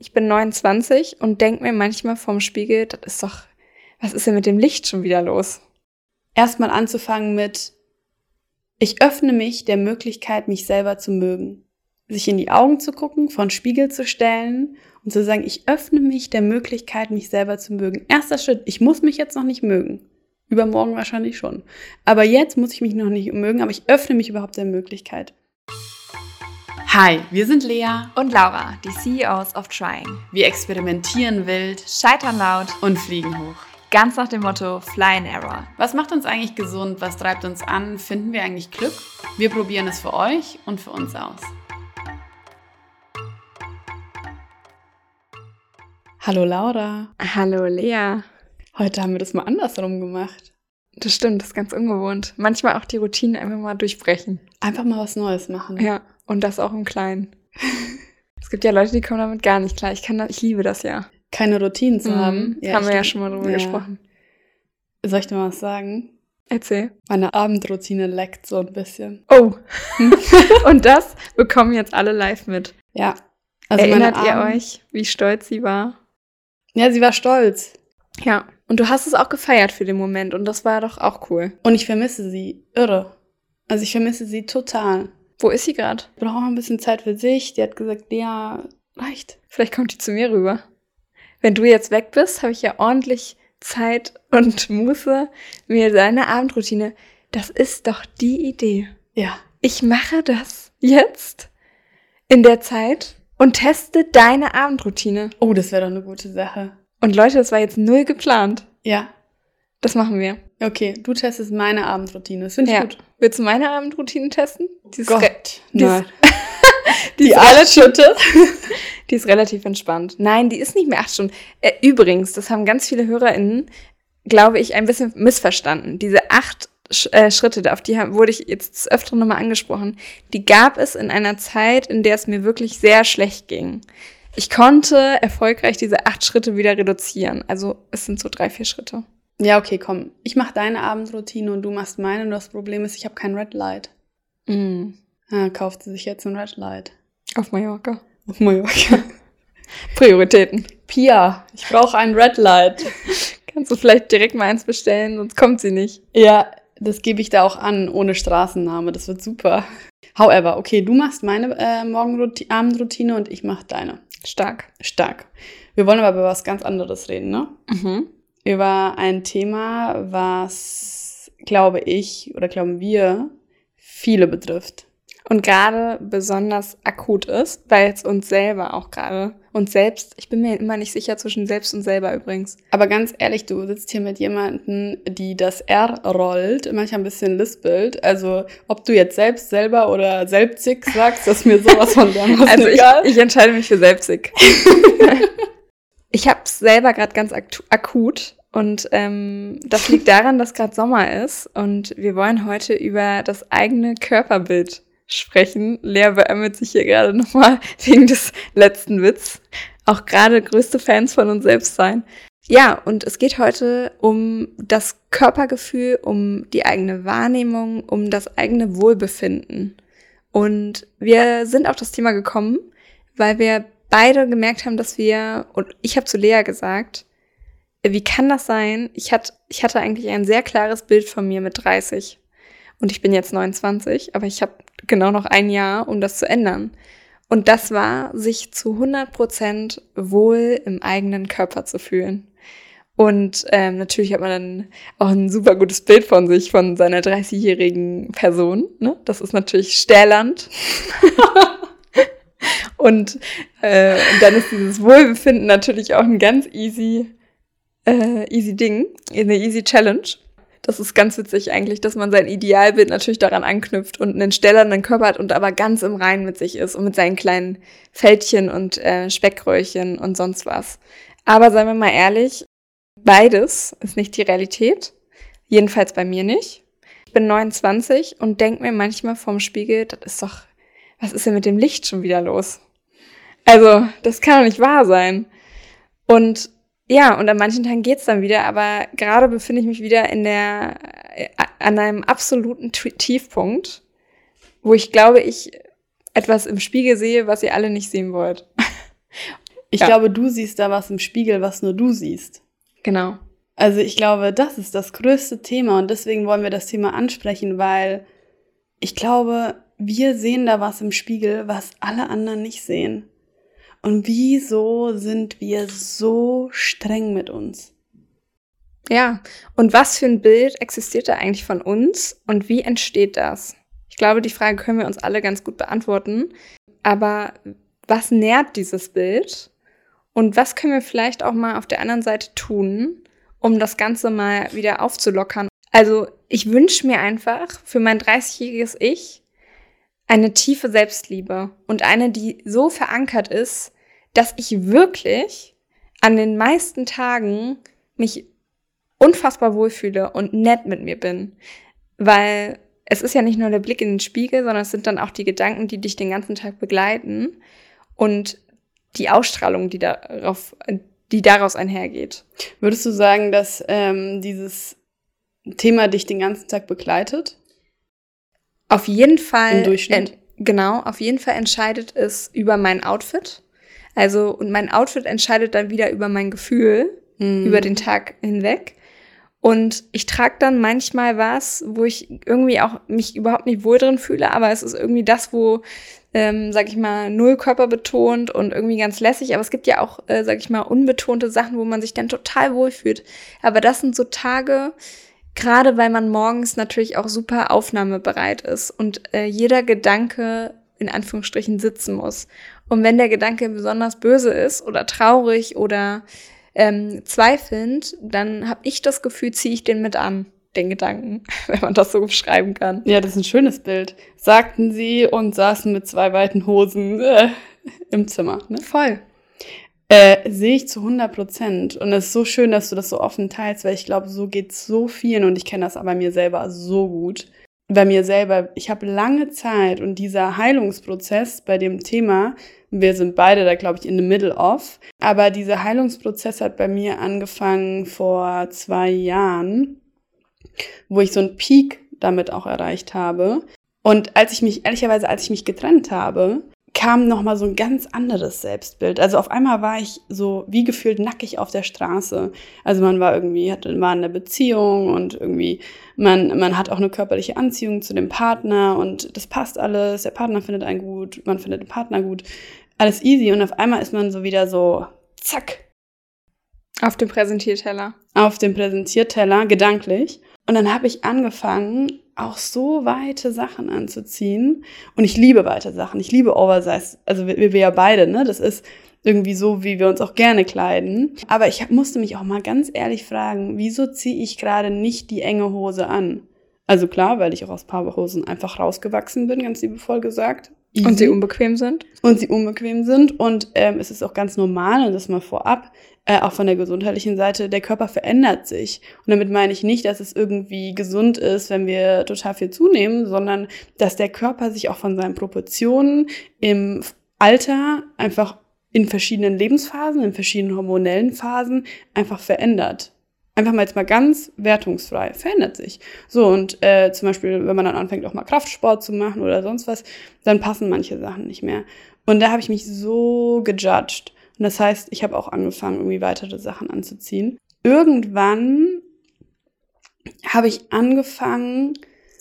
Ich bin 29 und denke mir manchmal vorm Spiegel, was ist denn mit dem Licht schon wieder los? Erstmal anzufangen mit, ich öffne mich der Möglichkeit, mich selber zu mögen. Sich in die Augen zu gucken, vor den Spiegel zu stellen und zu sagen, ich öffne mich der Möglichkeit, mich selber zu mögen. Erster Schritt, ich muss mich jetzt noch nicht mögen. Übermorgen wahrscheinlich schon. Aber jetzt muss ich mich noch nicht mögen, aber ich öffne mich überhaupt der Möglichkeit. Hi, wir sind Lea und Laura, die CEOs of Trying. Wir experimentieren wild, scheitern laut und fliegen hoch. Ganz nach dem Motto Fly and Error. Was macht uns eigentlich gesund? Was treibt uns an? Finden wir eigentlich Glück? Wir probieren es für euch und für uns aus. Hallo Laura. Hallo Lea. Heute haben wir das mal andersrum gemacht. Das stimmt, das ist ganz ungewohnt. Manchmal auch die Routinen einfach mal durchbrechen. Einfach mal was Neues machen. Ja, und das auch im Kleinen. Es gibt ja Leute, die kommen damit gar nicht klar. Ich liebe das ja. Keine Routinen zu haben. Ja, haben wir ja schon mal drüber gesprochen. Soll ich dir mal was sagen? Erzähl. Meine Abendroutine leckt so ein bisschen. Oh. Und das bekommen jetzt alle live mit. Ja. Also erinnert ihr euch, wie stolz sie war? Ja, sie war stolz. Ja. Und du hast es auch gefeiert für den Moment und das war doch auch cool. Und ich vermisse sie. Irre. Also ich vermisse sie total. Wo ist sie gerade? Braucht ein bisschen Zeit für sich. Die hat gesagt, ja, reicht. Vielleicht kommt die zu mir rüber. Wenn du jetzt weg bist, habe ich ja ordentlich Zeit und Muße, mir deine Abendroutine. Das ist doch die Idee. Ja. Ich mache das jetzt in der Zeit und teste deine Abendroutine. Oh, das wäre doch eine gute Sache. Und Leute, das war jetzt null geplant. Ja. Das machen wir. Okay, du testest meine Abendroutine. Das finde ich gut. Willst du meine Abendroutine testen? Nein. Die alle Schütte. Die ist relativ entspannt. Nein, die ist nicht mehr 8 Stunden. Übrigens, das haben ganz viele HörerInnen, glaube ich, ein bisschen missverstanden. Diese 8 Schritte, auf die wurde ich jetzt des Öfteren nochmal angesprochen, die gab es in einer Zeit, in der es mir wirklich sehr schlecht ging. Ich konnte erfolgreich diese 8 Schritte wieder reduzieren. Also es sind so 3-4 Schritte. Ja, okay, komm. Ich mache deine Abendroutine und du machst meine. Und das Problem ist, ich habe kein Red Light. Kauft sie sich jetzt ein Red Light. Auf Mallorca. Auf Mallorca. Prioritäten. Pia, ich brauche ein Red Light. Kannst du vielleicht direkt mal eins bestellen, sonst kommt sie nicht. Ja, das gebe ich da auch an, ohne Straßenname. Das wird super. However, okay, du machst meine Abendroutine und ich mache deine. Stark. Wir wollen aber über was ganz anderes reden, ne? Mhm. Über ein Thema, was, glauben wir, viele betrifft. Und gerade besonders akut ist, weil es uns selber auch gerade, uns selbst, ich bin mir immer nicht sicher zwischen selbst und selber übrigens. Aber ganz ehrlich, du sitzt hier mit jemandem, die das R rollt, manchmal ein bisschen lispelt. Also ob du jetzt selbst, selber oder selbstig sagst, das ist mir sowas von dermaßen egal. Ich entscheide mich für selbstig. Ich habe es selber gerade ganz akut und das liegt daran, dass gerade Sommer ist und wir wollen heute über das eigene Körperbild sprechen. Lea beömmelt sich hier gerade nochmal wegen des letzten Witz. Auch gerade größte Fans von uns selbst sein. Ja, und es geht heute um das Körpergefühl, um die eigene Wahrnehmung, um das eigene Wohlbefinden. Und wir sind auf das Thema gekommen, weil wir beide gemerkt haben, dass und ich habe zu Lea gesagt, wie kann das sein? Ich hatte eigentlich ein sehr klares Bild von mir mit 30. Und ich bin jetzt 29, aber ich habe genau noch ein Jahr, um das zu ändern. Und das war, sich zu 100% wohl im eigenen Körper zu fühlen. Und natürlich hat man dann auch ein super gutes Bild von sich, von seiner 30-jährigen Person. Ne? Das ist natürlich Stählernd. Und dann ist dieses Wohlbefinden natürlich auch ein ganz easy Ding, eine easy Challenge. Das ist ganz witzig eigentlich, dass man sein Idealbild natürlich daran anknüpft und einen stählernden Körper hat und aber ganz im Reinen mit sich ist und mit seinen kleinen Fältchen und Speckröllchen und sonst was. Aber seien wir mal ehrlich, beides ist nicht die Realität. Jedenfalls bei mir nicht. Ich bin 29 und denke mir manchmal vorm Spiegel, was ist denn mit dem Licht schon wieder los? Also, das kann doch nicht wahr sein. Und ja, und an manchen Tagen geht's dann wieder, aber gerade befinde ich mich wieder an einem absoluten Tiefpunkt, wo ich glaube, ich etwas im Spiegel sehe, was ihr alle nicht sehen wollt. Ich Ja. glaube, du siehst da was im Spiegel, was nur du siehst. Genau. Also ich glaube, das ist das größte Thema und deswegen wollen wir das Thema ansprechen, weil ich glaube, wir sehen da was im Spiegel, was alle anderen nicht sehen. Und wieso sind wir so streng mit uns? Ja, und was für ein Bild existiert da eigentlich von uns und wie entsteht das? Ich glaube, die Frage können wir uns alle ganz gut beantworten. Aber was nährt dieses Bild? Und was können wir vielleicht auch mal auf der anderen Seite tun, um das Ganze mal wieder aufzulockern? Also ich wünsche mir einfach für mein 30-jähriges Ich eine tiefe Selbstliebe und eine, die so verankert ist, dass ich wirklich an den meisten Tagen mich unfassbar wohlfühle und nett mit mir bin. Weil es ist ja nicht nur der Blick in den Spiegel, sondern es sind dann auch die Gedanken, die dich den ganzen Tag begleiten und die Ausstrahlung, die daraus einhergeht. Würdest du sagen, dass dieses Thema dich den ganzen Tag begleitet? Auf jeden Fall. Im Durchschnitt? Genau, auf jeden Fall entscheidet es über mein Outfit. Also, und mein Outfit entscheidet dann wieder über mein Gefühl, über den Tag hinweg. Und ich trage dann manchmal was, wo ich irgendwie auch mich überhaupt nicht wohl drin fühle, aber es ist irgendwie das, wo, sag ich mal, null Körper betont und irgendwie ganz lässig. Aber es gibt ja auch, sag ich mal, unbetonte Sachen, wo man sich dann total wohlfühlt. Aber das sind so Tage, gerade weil man morgens natürlich auch super aufnahmebereit ist und jeder Gedanke in Anführungsstrichen sitzen muss. Und wenn der Gedanke besonders böse ist oder traurig oder zweifelnd, dann habe ich das Gefühl, ziehe ich den mit an, den Gedanken, wenn man das so beschreiben kann. Ja, das ist ein schönes Bild. Sagten sie und saßen mit 2 weiten Hosen im Zimmer. Ne? Voll. Sehe ich zu 100%. Und es ist so schön, dass du das so offen teilst, weil ich glaube, so geht's so vielen und ich kenne das aber bei mir selber so gut. Bei mir selber, ich habe lange Zeit und dieser Heilungsprozess bei dem Thema, wir sind beide da, glaube ich, in the middle of, aber dieser Heilungsprozess hat bei mir angefangen vor 2 Jahren, wo ich so einen Peak damit auch erreicht habe. Und als ich mich getrennt habe, kam nochmal so ein ganz anderes Selbstbild. Also auf einmal war ich so wie gefühlt nackig auf der Straße. Also man war irgendwie, war in einer Beziehung und irgendwie, man hat auch eine körperliche Anziehung zu dem Partner und das passt alles, der Partner findet einen gut, man findet den Partner gut, alles easy und auf einmal ist man so wieder so, zack. Auf dem Präsentierteller. Auf dem Präsentierteller, gedanklich. Und dann habe ich angefangen, auch so weite Sachen anzuziehen. Und ich liebe weite Sachen. Ich liebe Oversize. Also wir ja beide, ne? Das ist irgendwie so, wie wir uns auch gerne kleiden. Aber ich musste mich auch mal ganz ehrlich fragen, wieso ziehe ich gerade nicht die enge Hose an? Also klar, weil ich auch aus Paarhosen einfach rausgewachsen bin, ganz liebevoll gesagt. Easy. Und sie unbequem sind. Und es ist auch ganz normal, und das mal vorab, auch von der gesundheitlichen Seite, der Körper verändert sich. Und damit meine ich nicht, dass es irgendwie gesund ist, wenn wir total viel zunehmen, sondern dass der Körper sich auch von seinen Proportionen im Alter einfach in verschiedenen Lebensphasen, in verschiedenen hormonellen Phasen einfach verändert. Einfach mal jetzt mal ganz wertungsfrei, verändert sich. So, und zum Beispiel, wenn man dann anfängt, auch mal Kraftsport zu machen oder sonst was, dann passen manche Sachen nicht mehr. Und da habe ich mich so gejudged. Und das heißt, ich habe auch angefangen, irgendwie weitere Sachen anzuziehen. Irgendwann habe ich angefangen,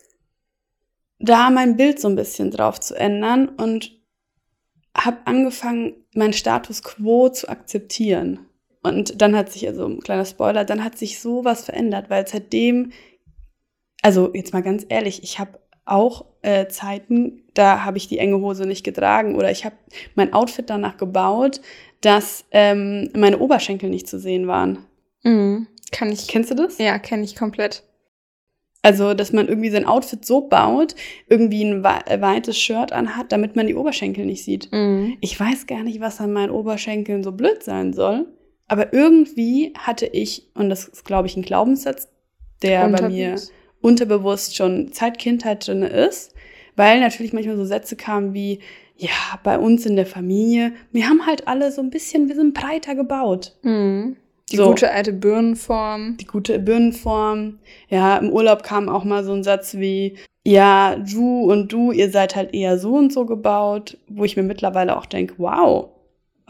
da mein Bild so ein bisschen drauf zu ändern und habe angefangen, meinen Status quo zu akzeptieren. Und dann hat sich, also ein kleiner Spoiler, dann hat sich sowas verändert, weil seitdem, also jetzt mal ganz ehrlich, ich habe auch Zeiten, da habe ich die enge Hose nicht getragen oder ich habe mein Outfit danach gebaut, dass meine Oberschenkel nicht zu sehen waren. Mhm. Kennst du das? Ja, kenne ich komplett. Also, dass man irgendwie sein Outfit so baut, irgendwie ein weites Shirt anhat, damit man die Oberschenkel nicht sieht. Mhm. Ich weiß gar nicht, was an meinen Oberschenkeln so blöd sein soll, aber irgendwie hatte ich, und das ist, glaube ich, ein Glaubenssatz, der bei mir unterbewusst schon seit Kindheit drin ist, weil natürlich manchmal so Sätze kamen wie, ja, bei uns in der Familie, wir haben halt alle so ein bisschen, wir sind breiter gebaut. Mhm. Die so. gute alte Birnenform. Die gute Birnenform. Ja, im Urlaub kam auch mal so ein Satz wie, ja, du und du, ihr seid halt eher so und so gebaut, wo ich mir mittlerweile auch denke, wow,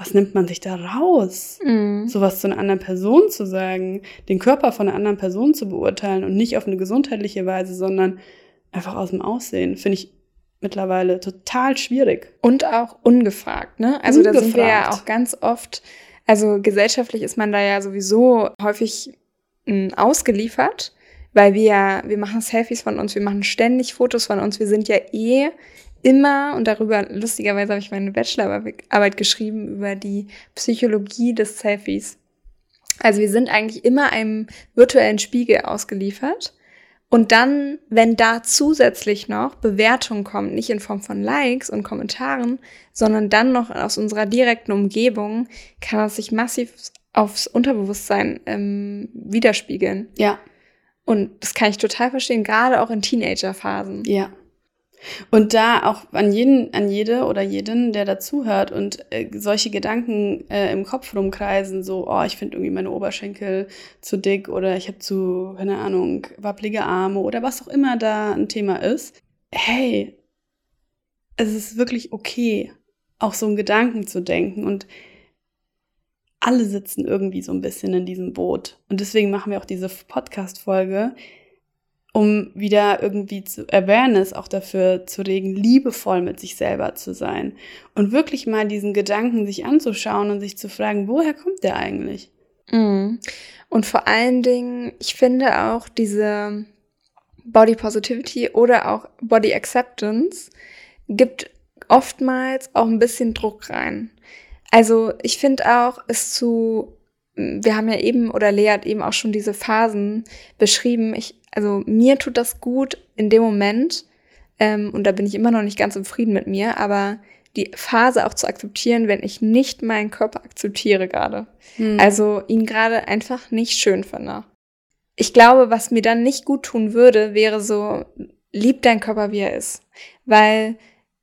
was nimmt man sich da raus? Sowas zu einer anderen Person zu sagen, den Körper von einer anderen Person zu beurteilen und nicht auf eine gesundheitliche Weise, sondern einfach aus dem Aussehen, finde ich mittlerweile total schwierig. Und auch ungefragt, ne? Also da sind wir ja auch ganz oft, also gesellschaftlich ist man da ja sowieso häufig ausgeliefert, weil wir machen Selfies von uns, wir machen ständig Fotos von uns, wir sind ja immer, und darüber, lustigerweise habe ich meine Bachelorarbeit geschrieben, über die Psychologie des Selfies. Also wir sind eigentlich immer einem virtuellen Spiegel ausgeliefert. Und dann, wenn da zusätzlich noch Bewertung kommt, nicht in Form von Likes und Kommentaren, sondern dann noch aus unserer direkten Umgebung, kann das sich massiv aufs Unterbewusstsein widerspiegeln. Ja. Und das kann ich total verstehen, gerade auch in Teenagerphasen. Ja. Und da auch an jede oder jeden, der dazuhört und solche Gedanken im Kopf rumkreisen, so, oh, ich finde irgendwie meine Oberschenkel zu dick oder ich habe zu, keine Ahnung, wabbelige Arme oder was auch immer da ein Thema ist. Hey, es ist wirklich okay, auch so einen Gedanken zu denken und alle sitzen irgendwie so ein bisschen in diesem Boot. Und deswegen machen wir auch diese Podcast-Folge, um wieder irgendwie Awareness auch dafür zu regen, liebevoll mit sich selber zu sein. Und wirklich mal diesen Gedanken sich anzuschauen und sich zu fragen, woher kommt der eigentlich? Und vor allen Dingen, ich finde auch diese Body Positivity oder auch Body Acceptance gibt oftmals auch ein bisschen Druck rein. Also ich finde auch, wir haben ja eben, oder Lea hat eben auch schon diese Phasen beschrieben, also mir tut das gut in dem Moment, und da bin ich immer noch nicht ganz im Frieden mit mir, aber die Phase auch zu akzeptieren, wenn ich nicht meinen Körper akzeptiere gerade. Also ihn gerade einfach nicht schön finde. Ich glaube, was mir dann nicht gut tun würde, wäre so, lieb deinen Körper, wie er ist. Weil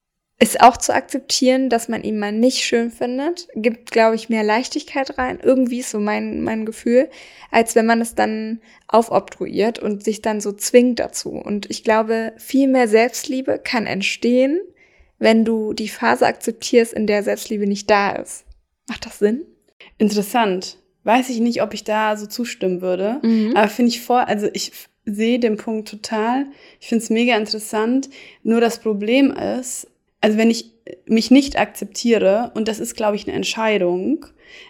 es auch zu akzeptieren, dass man ihn mal nicht schön findet, gibt, glaube ich, mehr Leichtigkeit rein. Irgendwie ist so mein Gefühl, als wenn man es dann aufobtruiert und sich dann so zwingt dazu. Und ich glaube, viel mehr Selbstliebe kann entstehen, wenn du die Phase akzeptierst, in der Selbstliebe nicht da ist. Macht das Sinn? Interessant. Weiß ich nicht, ob ich da so zustimmen würde. Aber finde ich ich sehe den Punkt total. Ich finde es mega interessant. Nur das Problem ist, also wenn ich mich nicht akzeptiere, und das ist, glaube ich, eine Entscheidung,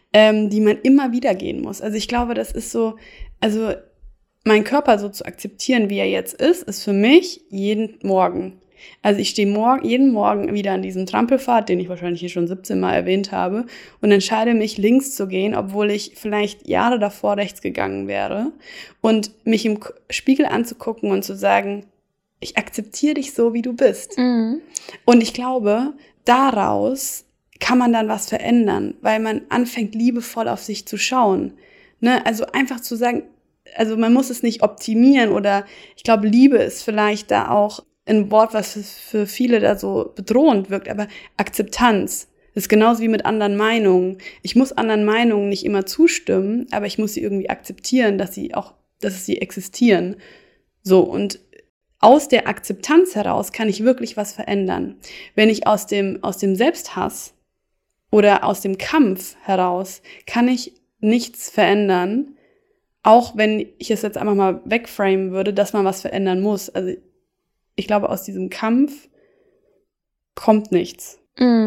die man immer wieder gehen muss. Also ich glaube, das ist so, also meinen Körper so zu akzeptieren, wie er jetzt ist für mich jeden Morgen. Also ich stehe jeden Morgen wieder an diesem Trampelpfad, den ich wahrscheinlich hier schon 17 Mal erwähnt habe, und entscheide mich, links zu gehen, obwohl ich vielleicht Jahre davor rechts gegangen wäre, und mich im Spiegel anzugucken und zu sagen, ich akzeptiere dich so, wie du bist. Und ich glaube, daraus kann man dann was verändern, weil man anfängt, liebevoll auf sich zu schauen. Ne? Also einfach zu sagen, also man muss es nicht optimieren, oder ich glaube, Liebe ist vielleicht da auch ein Wort, was für viele da so bedrohend wirkt, aber Akzeptanz ist genauso wie mit anderen Meinungen. Ich muss anderen Meinungen nicht immer zustimmen, aber ich muss sie irgendwie akzeptieren, dass sie existieren. So, und aus der Akzeptanz heraus kann ich wirklich was verändern. Wenn ich aus dem Selbsthass oder aus dem Kampf heraus kann ich nichts verändern, auch wenn ich es jetzt einfach mal wegframen würde, dass man was verändern muss. Also ich glaube, aus diesem Kampf kommt nichts.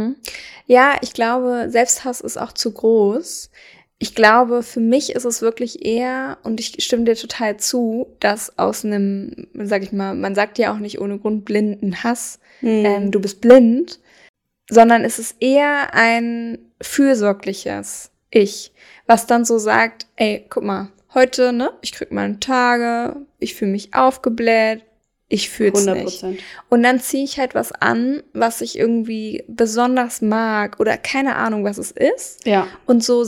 Ja, ich glaube, Selbsthass ist auch zu groß. Ich glaube, für mich ist es wirklich eher, und ich stimme dir total zu, dass aus einem, sag ich mal, man sagt ja auch nicht ohne Grund blinden Hass, du bist blind, sondern es ist eher ein fürsorgliches Ich, was dann so sagt, ey, guck mal, heute, ne, ich krieg meine Tage, ich fühle mich aufgebläht, ich fühl's 100%. Nicht. Und dann ziehe ich halt was an, was ich irgendwie besonders mag oder keine Ahnung, was es ist. Ja. Und so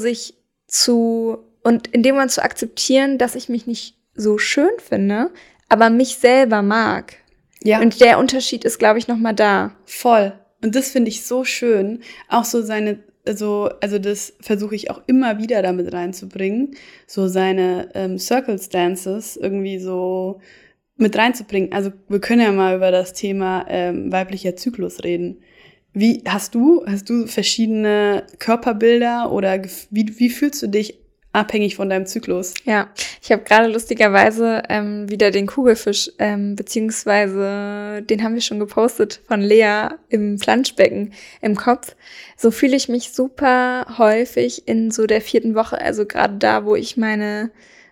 und in dem Moment zu akzeptieren, dass ich mich nicht so schön finde, aber mich selber mag. Ja. Und der Unterschied ist, glaube ich, nochmal da. Voll. Und das finde ich so schön. Auch so also das versuche ich auch immer wieder damit reinzubringen, so seine Circle Stances irgendwie so mit reinzubringen. Also wir können ja mal über das Thema weiblicher Zyklus reden. Hast du verschiedene Körperbilder oder wie fühlst du dich abhängig von deinem Zyklus? Ja, ich habe gerade lustigerweise wieder den Kugelfisch, beziehungsweise den haben wir schon gepostet von Lea im Planschbecken im Kopf. So fühle ich mich super häufig in so der 4. Woche, also gerade da, wo ich meine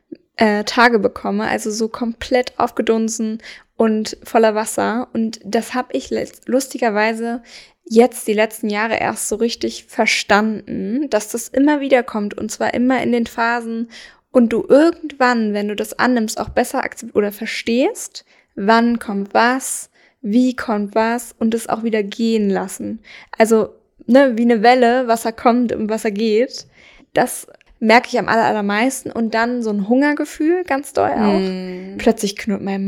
Tage bekomme, also so komplett aufgedunsen und voller Wasser. Und das habe ich lustigerweise jetzt die letzten Jahre erst so richtig verstanden, dass das immer wieder kommt und zwar immer in den Phasen und du irgendwann, wenn du das annimmst, auch besser akzeptierst oder verstehst, wann kommt was, wie kommt was und es auch wieder gehen lassen. Also, ne, wie eine Welle, Wasser kommt und Wasser geht. Das merke ich am allermeisten und dann so ein Hungergefühl, ganz doll auch. Plötzlich knurrt mein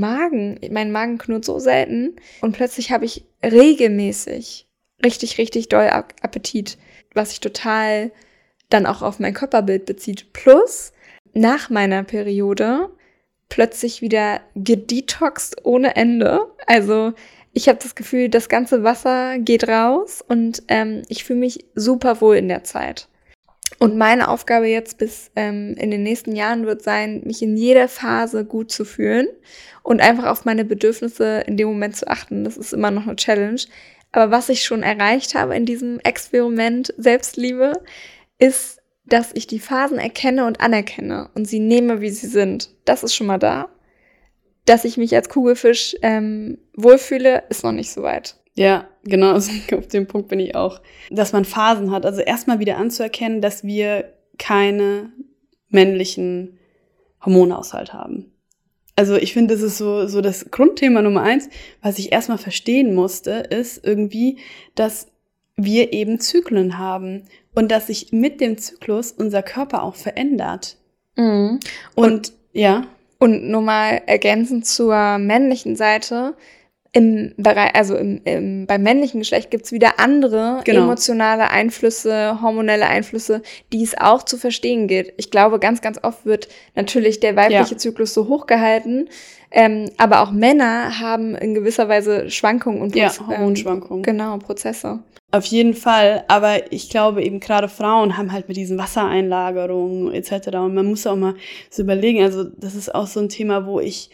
Magen knurrt so selten und plötzlich habe ich regelmäßig richtig, richtig doll Appetit, was sich total dann auch auf mein Körperbild bezieht. Plus, nach meiner Periode plötzlich wieder gedetoxt ohne Ende. Also ich habe das Gefühl, das ganze Wasser geht raus und ich fühle mich super wohl in der Zeit. Und meine Aufgabe jetzt bis in den nächsten Jahren wird sein, mich in jeder Phase gut zu fühlen und einfach auf meine Bedürfnisse in dem Moment zu achten. Das ist immer noch eine Challenge. Aber was ich schon erreicht habe in diesem Experiment Selbstliebe, ist, dass ich die Phasen erkenne und anerkenne und sie nehme, wie sie sind. Das ist schon mal da. Dass ich mich als Kugelfisch wohlfühle, ist noch nicht so weit. Ja, genau, also auf dem Punkt bin ich auch. Dass man Phasen hat, also erstmal wieder anzuerkennen, dass wir keine männlichen Hormonhaushalt haben. Also ich finde, das ist so das Grundthema Nummer 1, was ich erstmal verstehen musste, ist irgendwie, dass wir eben Zyklen haben und dass sich mit dem Zyklus unser Körper auch verändert. Mhm. Und ja. Und nur mal ergänzend zur männlichen Seite, im Bereich, also beim männlichen Geschlecht gibt's wieder andere emotionale Einflüsse, hormonelle Einflüsse, die es auch zu verstehen gilt. Ich glaube, ganz, ganz oft wird natürlich der weibliche Zyklus so hochgehalten, aber auch Männer haben in gewisser Weise Schwankungen und Hormonschwankungen. Genau, Prozesse. Auf jeden Fall, aber ich glaube eben gerade Frauen haben halt mit diesen Wassereinlagerungen etc. Und man muss auch mal so überlegen, also das ist auch so ein Thema, wo ich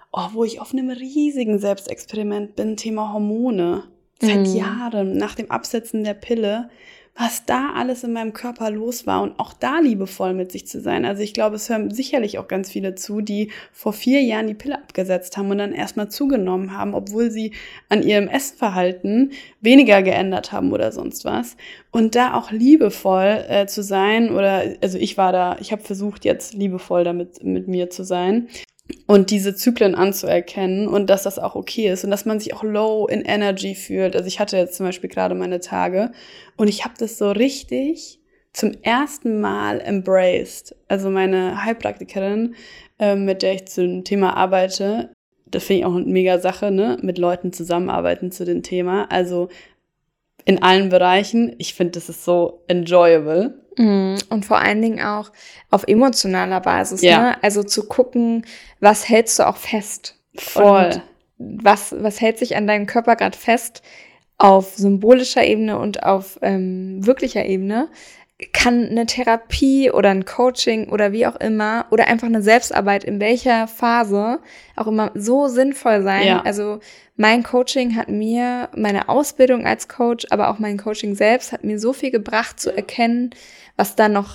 auf einem riesigen Selbstexperiment bin, Thema Hormone. Seit Jahren, nach dem Absetzen der Pille, was da alles in meinem Körper los war und auch da liebevoll mit sich zu sein. Also ich glaube, es hören sicherlich auch ganz viele zu, die vor 4 Jahren die Pille abgesetzt haben und dann erstmal zugenommen haben, obwohl sie an ihrem Essverhalten weniger geändert haben oder sonst was. Und da auch liebevoll zu sein also ich habe versucht jetzt liebevoll damit mit mir zu sein. Und diese Zyklen anzuerkennen und dass das auch okay ist und dass man sich auch low in Energy fühlt. Also ich hatte jetzt zum Beispiel gerade meine Tage und ich habe das so richtig zum ersten Mal embraced. Also meine Heilpraktikerin, mit der ich zu dem Thema arbeite, das finde ich auch eine mega Sache, ne? Mit Leuten zusammenarbeiten zu dem Thema. Also in allen Bereichen. Ich finde, das ist so enjoyable. Und vor allen Dingen auch auf emotionaler Basis, ne? Also zu gucken, was hältst du auch fest? Voll. Und was hält sich an deinem Körper gerade fest auf symbolischer Ebene und auf wirklicher Ebene? Kann eine Therapie oder ein Coaching oder wie auch immer oder einfach eine Selbstarbeit in welcher Phase auch immer so sinnvoll sein. Ja. Also mein Coaching hat mir, meine Ausbildung als Coach, aber auch mein Coaching selbst hat mir so viel gebracht zu erkennen, was da noch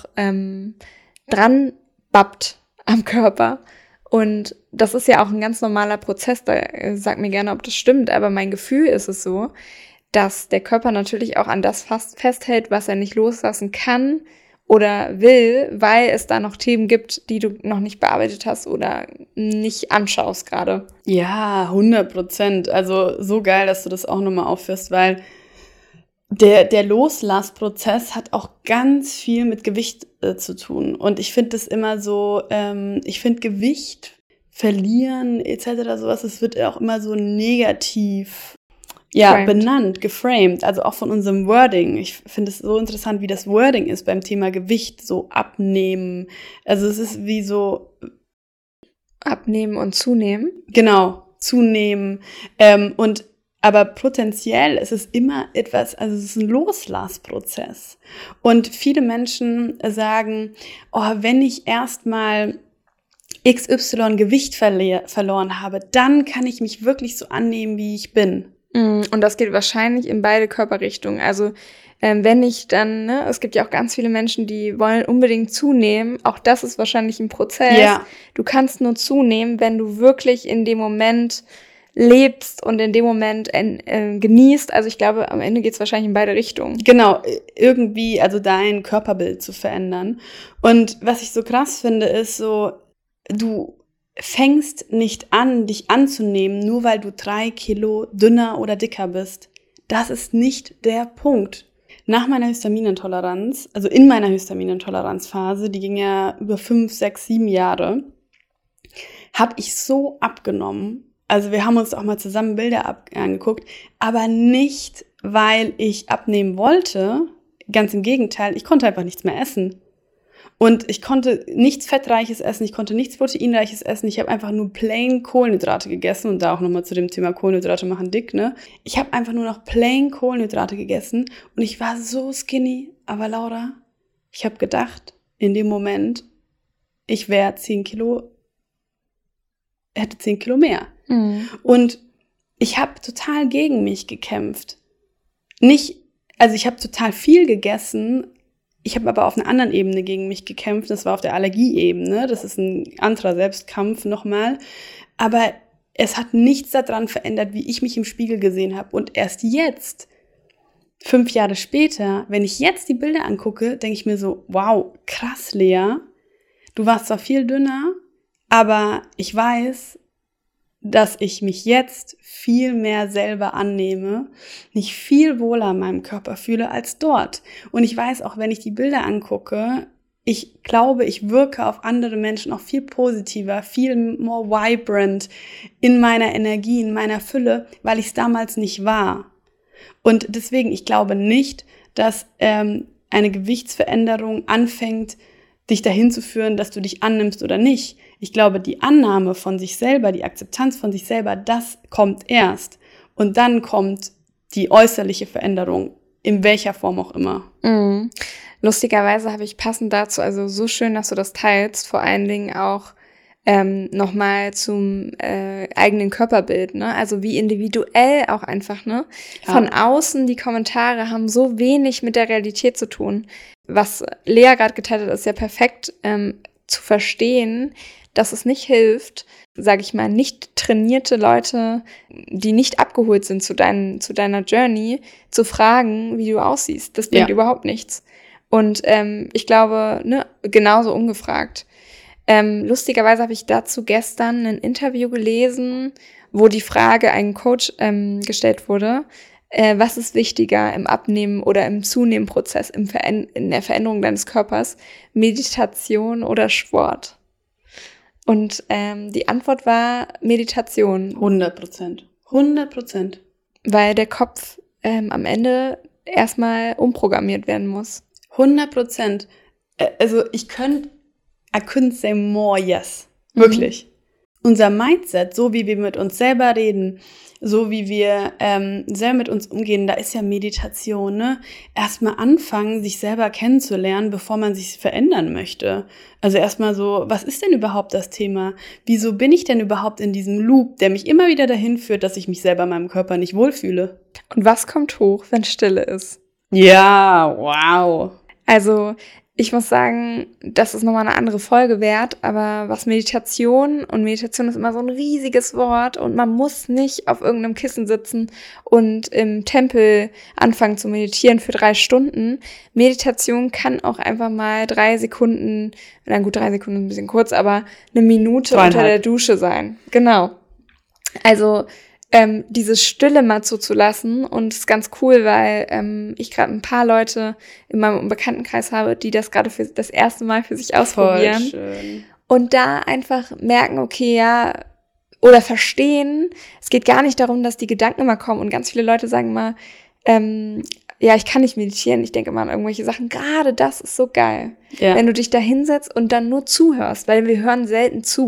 dran babbt am Körper. Und das ist ja auch ein ganz normaler Prozess. Sag mir gerne, ob das stimmt, aber mein Gefühl ist es so, dass der Körper natürlich auch an das festhält, was er nicht loslassen kann oder will, weil es da noch Themen gibt, die du noch nicht bearbeitet hast oder nicht anschaust gerade. Ja, 100%. Also so geil, dass du das auch nochmal aufführst, weil der Loslassprozess hat auch ganz viel mit Gewicht zu tun. Und ich finde das immer so, ich finde Gewicht verlieren etc. sowas, es wird auch immer so negativ benannt, geframed, also auch von unserem Wording. Ich finde es so interessant, wie das Wording ist beim Thema Gewicht, so abnehmen. Also es ist wie so abnehmen und zunehmen. Genau, zunehmen. Und Aber potenziell ist es immer etwas, also es ist ein Loslassprozess. Und viele Menschen sagen, oh, wenn ich erstmal XY Gewicht verloren habe, dann kann ich mich wirklich so annehmen, wie ich bin. Und das geht wahrscheinlich in beide Körperrichtungen. Also wenn ich dann, ne, es gibt ja auch ganz viele Menschen, die wollen unbedingt zunehmen. Auch das ist wahrscheinlich ein Prozess. Ja. Du kannst nur zunehmen, wenn du wirklich in dem Moment lebst und in dem Moment genießt. Also ich glaube, am Ende geht es wahrscheinlich in beide Richtungen. Genau, irgendwie also dein Körperbild zu verändern. Und was ich so krass finde, ist so, du fängst nicht an, dich anzunehmen, nur weil du 3 Kilo dünner oder dicker bist. Das ist nicht der Punkt. Nach meiner Histaminintoleranz, also in meiner Histaminintoleranzphase, die ging ja über 5, 6, 7 Jahre, habe ich so abgenommen. Also wir haben uns auch mal zusammen Bilder angeguckt, aber nicht, weil ich abnehmen wollte. Ganz im Gegenteil, ich konnte einfach nichts mehr essen. Und ich konnte nichts Fettreiches essen, ich konnte nichts Proteinreiches essen. Ich habe einfach nur plain Kohlenhydrate gegessen. Und da auch nochmal zu dem Thema Kohlenhydrate machen dick, ne? Ich habe einfach nur noch plain Kohlenhydrate gegessen. Und ich war so skinny. Aber Laura, ich habe gedacht, in dem Moment, ich wäre 10 Kilo, hätte 10 Kilo mehr. Mhm. Und ich habe total gegen mich gekämpft. Also ich habe total viel gegessen. Ich habe aber auf einer anderen Ebene gegen mich gekämpft. Das war auf der Allergieebene. Das ist ein anderer Selbstkampf nochmal. Aber es hat nichts daran verändert, wie ich mich im Spiegel gesehen habe. Und erst jetzt, 5 Jahre später, wenn ich jetzt die Bilder angucke, denke ich mir so, wow, krass, Lea. Du warst zwar viel dünner, aber ich weiß, dass ich mich jetzt viel mehr selber annehme, mich viel wohler in meinem Körper fühle als dort. Und ich weiß auch, wenn ich die Bilder angucke, ich glaube, ich wirke auf andere Menschen auch viel positiver, viel more vibrant in meiner Energie, in meiner Fülle, weil ich es damals nicht war. Und deswegen, ich glaube nicht, dass eine Gewichtsveränderung anfängt, dich dahin zu führen, dass du dich annimmst oder nicht. Ich glaube, die Annahme von sich selber, die Akzeptanz von sich selber, das kommt erst. Und dann kommt die äußerliche Veränderung, in welcher Form auch immer. Mhm. Lustigerweise habe ich passend dazu, also so schön, dass du das teilst, vor allen Dingen auch nochmal zum eigenen Körperbild, ne? Also wie individuell auch einfach, ne? Ja. Von außen, die Kommentare haben so wenig mit der Realität zu tun. Was Lea gerade geteilt hat, ist ja perfekt zu verstehen, dass es nicht hilft, sage ich mal, nicht trainierte Leute, die nicht abgeholt sind zu deiner Journey, zu fragen, wie du aussiehst. Das bringt überhaupt nichts. Und ich glaube, ne, genauso ungefragt. Lustigerweise habe ich dazu gestern ein Interview gelesen, wo die Frage einem Coach gestellt wurde, was ist wichtiger im Abnehmen oder im Zunehmprozess, in der Veränderung deines Körpers, Meditation oder Sport? Und die Antwort war Meditation. 100%. 100%. Weil der Kopf am Ende erstmal umprogrammiert werden muss. 100%. Also I couldn't say more yes. Wirklich. Unser Mindset, so wie wir mit uns selber reden, so wie wir selber mit uns umgehen, da ist ja Meditation, ne? Erstmal anfangen, sich selber kennenzulernen, bevor man sich verändern möchte. Also erstmal so, was ist denn überhaupt das Thema? Wieso bin ich denn überhaupt in diesem Loop, der mich immer wieder dahin führt, dass ich mich selber in meinem Körper nicht wohlfühle? Und was kommt hoch, wenn Stille ist? Ja, wow. Also ich muss sagen, das ist nochmal eine andere Folge wert, aber was Meditation ist immer so ein riesiges Wort und man muss nicht auf irgendeinem Kissen sitzen und im Tempel anfangen zu meditieren für 3 Stunden. Meditation kann auch einfach mal 3 Sekunden, na gut, 3 Sekunden ist ein bisschen kurz, aber 1 Minute 2,5 unter der Dusche sein. Genau. Also diese Stille mal zuzulassen und es ist ganz cool, weil ich gerade ein paar Leute in meinem Bekanntenkreis habe, die das gerade für das erste Mal für sich ausprobieren. Voll schön. Und da einfach merken, okay, ja, oder verstehen, es geht gar nicht darum, dass die Gedanken immer kommen und ganz viele Leute sagen immer, ja, ich kann nicht meditieren, ich denke immer an irgendwelche Sachen. Gerade das ist so geil, Ja. wenn du dich da hinsetzt und dann nur zuhörst, weil wir hören selten zu.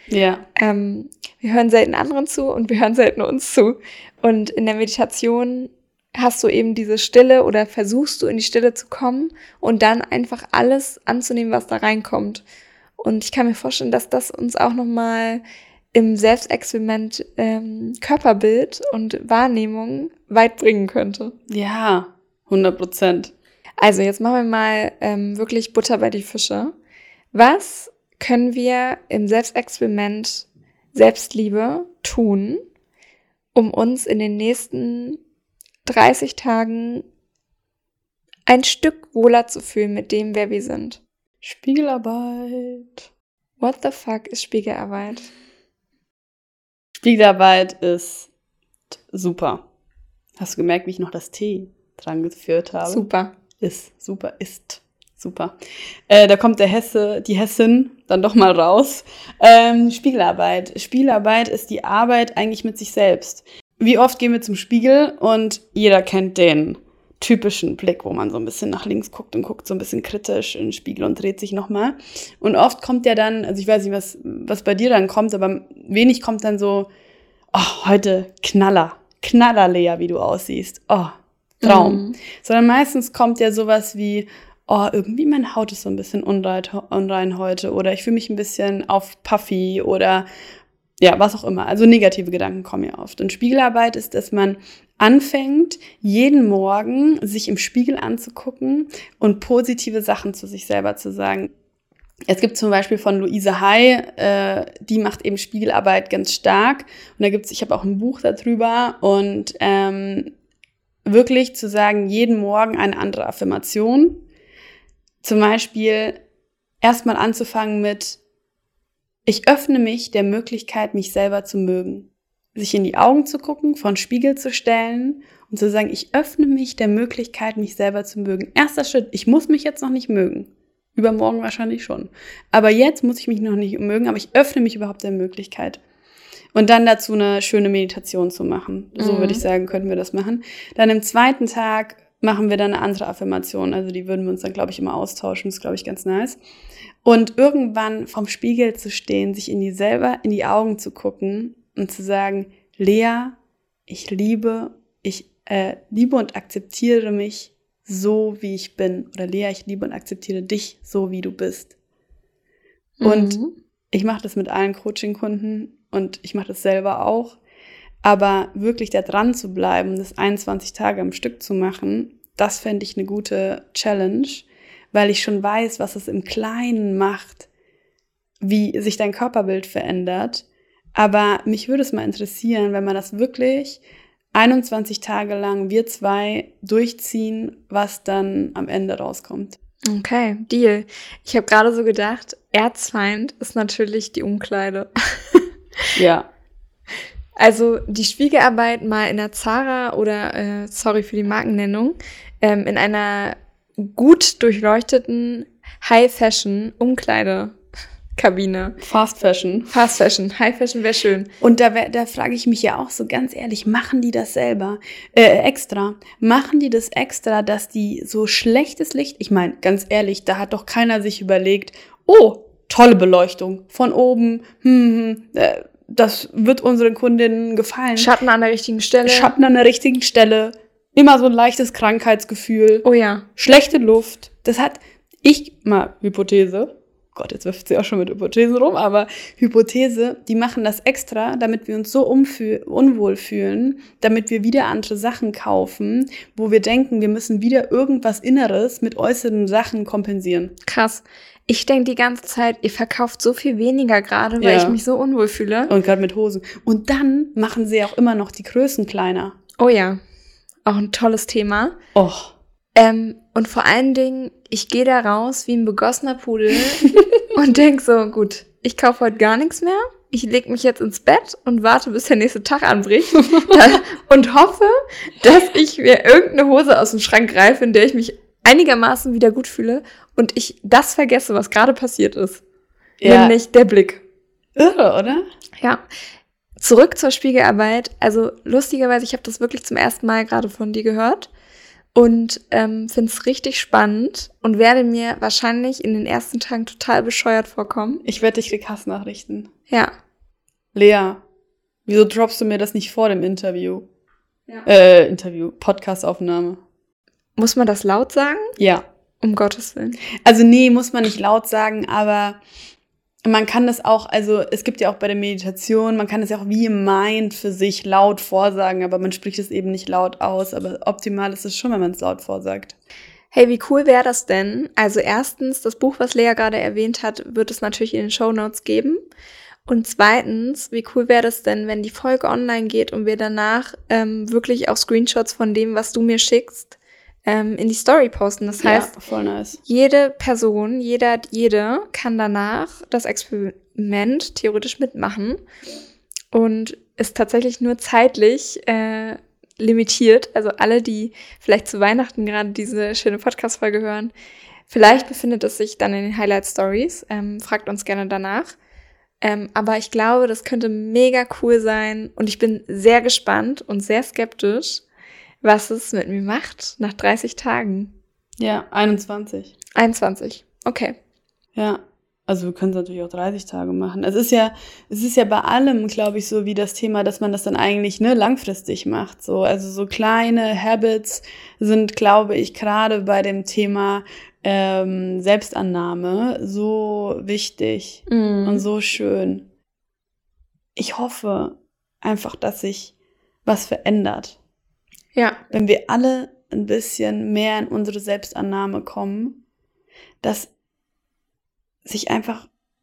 Ja. Wir hören selten anderen zu und wir hören selten uns zu. Und in der Meditation hast du eben diese Stille oder versuchst du in die Stille zu kommen und dann einfach alles anzunehmen, was da reinkommt. Und ich kann mir vorstellen, dass das uns auch nochmal im Selbstexperiment Körperbild und Wahrnehmung weit bringen könnte. Ja, 100%. Also jetzt machen wir mal wirklich Butter bei die Fische. Was können wir im Selbstexperiment Selbstliebe tun, um uns in den nächsten 30 Tagen ein Stück wohler zu fühlen mit dem, wer wir sind? Spiegelarbeit. What the fuck ist Spiegelarbeit? Spiegelarbeit ist super. Hast du gemerkt, wie ich noch das T dran geführt habe? Super. Ist super. Da kommt die Hessin dann doch mal raus. Spiegelarbeit. Spiegelarbeit ist die Arbeit eigentlich mit sich selbst. Wie oft gehen wir zum Spiegel und jeder kennt den typischen Blick, wo man so ein bisschen nach links guckt und guckt so ein bisschen kritisch in den Spiegel und dreht sich nochmal. Und oft kommt der dann, also ich weiß nicht, was bei dir dann kommt, aber wenig kommt dann so, oh, heute Knaller, Lea, wie du aussiehst. Oh, Traum. Sondern meistens kommt ja sowas wie, oh, irgendwie meine Haut ist so ein bisschen unrein heute oder ich fühle mich ein bisschen auf puffy oder ja, was auch immer. Also negative Gedanken kommen ja oft. Und Spiegelarbeit ist, dass man anfängt, jeden Morgen sich im Spiegel anzugucken und positive Sachen zu sich selber zu sagen. Es gibt zum Beispiel von Luise Hay, die macht eben Spiegelarbeit ganz stark. Und ich habe auch ein Buch darüber und wirklich zu sagen, jeden Morgen eine andere Affirmation. Zum Beispiel erstmal anzufangen mit: Ich öffne mich der Möglichkeit, mich selber zu mögen. Sich in die Augen zu gucken, vor den Spiegel zu stellen und zu sagen, ich öffne mich der Möglichkeit, mich selber zu mögen. Erster Schritt, ich muss mich jetzt noch nicht mögen. Übermorgen wahrscheinlich schon. Aber jetzt muss ich mich noch nicht mögen, aber ich öffne mich überhaupt der Möglichkeit. Und dann dazu eine schöne Meditation zu machen. So würde ich sagen, könnten wir das machen. Dann im zweiten Tag machen wir dann eine andere Affirmation. Also die würden wir uns dann, glaube ich, immer austauschen. Das ist, glaube ich, ganz nice. Und irgendwann vorm Spiegel zu stehen, sich in die Augen zu gucken und zu sagen, Lea, ich liebe und akzeptiere mich so, wie ich bin. Oder Lea, ich liebe und akzeptiere dich so, wie du bist. Und ich mache das mit allen Coaching-Kunden und ich mache das selber auch. Aber wirklich da dran zu bleiben, das 21 Tage am Stück zu machen, das fände ich eine gute Challenge, weil ich schon weiß, was es im Kleinen macht, wie sich dein Körperbild verändert. Aber mich würde es mal interessieren, wenn man das wirklich 21 Tage lang wir zwei durchziehen, was dann am Ende rauskommt. Okay, Deal. Ich habe gerade so gedacht, Erzfeind ist natürlich die Umkleide. Ja. Also die Spiegelarbeit mal in der Zara oder, sorry für die Markennennung, in einer gut durchleuchteten High-Fashion-Umkleidekabine. Fast Fashion. High-Fashion wäre schön. Und da frage ich mich ja auch so ganz ehrlich, machen die das selber extra? Machen die das extra, dass die so schlechtes Licht, ich meine, ganz ehrlich, da hat doch keiner sich überlegt, oh, tolle Beleuchtung von oben, das wird unseren Kundinnen gefallen. Schatten an der richtigen Stelle. Immer so ein leichtes Krankheitsgefühl. Oh ja. Schlechte Luft. Hypothese. Gott, jetzt wirft sie auch schon mit Hypothesen rum, aber Hypothese, die machen das extra, damit wir uns so unwohl fühlen, damit wir wieder andere Sachen kaufen, wo wir denken, wir müssen wieder irgendwas Inneres mit äußeren Sachen kompensieren. Krass. Ich denke die ganze Zeit, ihr verkauft so viel weniger gerade, weil ich mich so unwohl fühle. Und gerade mit Hosen. Und dann machen sie auch immer noch die Größen kleiner. Oh ja, auch ein tolles Thema. Och. Und vor allen Dingen, ich gehe da raus wie ein begossener Pudel und denk so, gut, ich kaufe heute gar nichts mehr. Ich lege mich jetzt ins Bett und warte, bis der nächste Tag anbricht und hoffe, dass ich mir irgendeine Hose aus dem Schrank greife, in der ich mich einigermaßen wieder gut fühle und ich das vergesse, was gerade passiert ist. Ja. Nämlich der Blick. Irre, oder? Ja. Zurück zur Spiegelarbeit. Also lustigerweise, ich habe das wirklich zum ersten Mal gerade von dir gehört. und finde es richtig spannend und werde mir wahrscheinlich in den ersten Tagen total bescheuert vorkommen. Ich werde dich krieg Hassnachrichten. Ja. Lea, wieso droppst du mir das nicht vor dem Interview? Ja. Podcast-Aufnahme. Muss man das laut sagen? Ja. Um Gottes Willen. Also nee, muss man nicht laut sagen, aber man kann das auch, also es gibt ja auch bei der Meditation, man kann das ja auch wie im Mind für sich laut vorsagen, aber man spricht es eben nicht laut aus. Aber optimal ist es schon, wenn man es laut vorsagt. Hey, wie cool wäre das denn? Also erstens, das Buch, was Lea gerade erwähnt hat, wird es natürlich in den Shownotes geben. Und zweitens, wie cool wäre das denn, wenn die Folge online geht und wir danach wirklich auch Screenshots von dem, was du mir schickst, in die Story posten. Das heißt, ja, voll nice. Jede Person, jede kann danach das Experiment theoretisch mitmachen und ist tatsächlich nur zeitlich limitiert. Also alle, die vielleicht zu Weihnachten gerade diese schöne Podcast-Folge hören, vielleicht befindet es sich dann in den Highlight-Stories. Fragt uns gerne danach. Aber ich glaube, das könnte mega cool sein und ich bin sehr gespannt und sehr skeptisch, was es mit mir macht nach 30 Tagen. Ja, 21. 21, okay. Ja, also wir können es natürlich auch 30 Tage machen. Es ist ja bei allem, glaube ich, so wie das Thema, dass man das dann eigentlich langfristig macht. So, also so kleine Habits sind, glaube ich, gerade bei dem Thema Selbstannahme so wichtig und so schön. Ich hoffe einfach, dass sich was verändert. Ja. Wenn wir alle ein bisschen mehr in unsere Selbstannahme kommen, dass sich einfach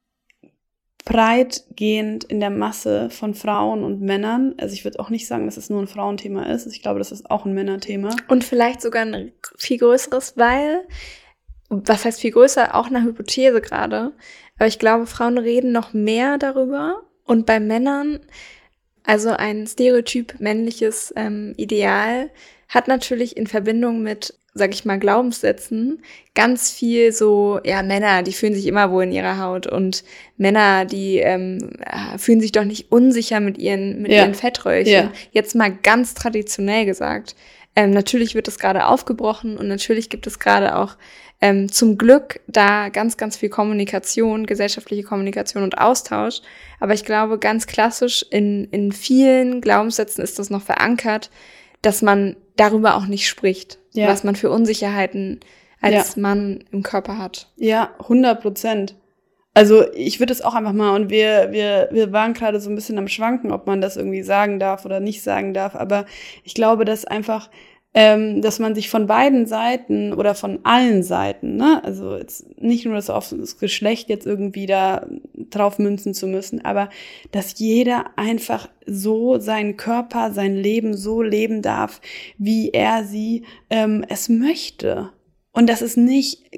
breitgehend in der Masse von Frauen und Männern, also ich würde auch nicht sagen, dass es nur ein Frauenthema ist, ich glaube, das ist auch ein Männerthema. Und vielleicht sogar ein viel größeres, weil, was heißt viel größer, auch eine Hypothese gerade, aber ich glaube, Frauen reden noch mehr darüber und bei Männern, also ein stereotyp männliches Ideal, hat natürlich in Verbindung mit, sag ich mal, Glaubenssätzen ganz viel so, ja, Männer, die fühlen sich immer wohl in ihrer Haut und Männer, die fühlen sich doch nicht unsicher mit ihren Fettröllchen. Ja. Jetzt mal ganz traditionell gesagt. Natürlich wird das gerade aufgebrochen und natürlich gibt es gerade auch zum Glück da ganz, ganz viel Kommunikation, gesellschaftliche Kommunikation und Austausch. Aber ich glaube, ganz klassisch in vielen Glaubenssätzen ist das noch verankert, dass man darüber auch nicht spricht, was man für Unsicherheiten als Mann im Körper hat. Ja, 100%. Also ich würde es auch einfach mal, und wir waren gerade so ein bisschen am Schwanken, ob man das irgendwie sagen darf oder nicht sagen darf, aber ich glaube, dass einfach, dass man sich von beiden Seiten oder von allen Seiten, ne, also jetzt nicht nur das auf das Geschlecht jetzt irgendwie da drauf münzen zu müssen, aber dass jeder einfach so seinen Körper, sein Leben so leben darf, wie er sie es möchte. Und dass es nicht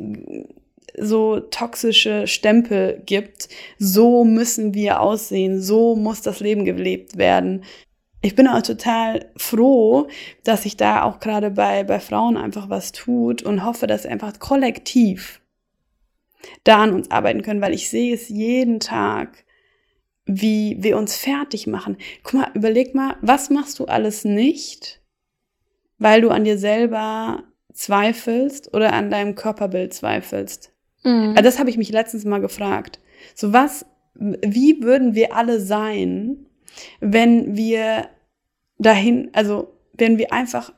so toxische Stempel gibt, so müssen wir aussehen, so muss das Leben gelebt werden. Ich bin auch total froh, dass sich da auch gerade bei Frauen einfach was tut und hoffe, dass wir einfach kollektiv da an uns arbeiten können, weil ich sehe es jeden Tag, wie wir uns fertig machen. Guck mal, überleg mal, was machst du alles nicht, weil du an dir selber zweifelst oder an deinem Körperbild zweifelst? Mhm. Also das habe ich mich letztens mal gefragt. So wie würden wir alle sein, wenn wir wenn wir einfach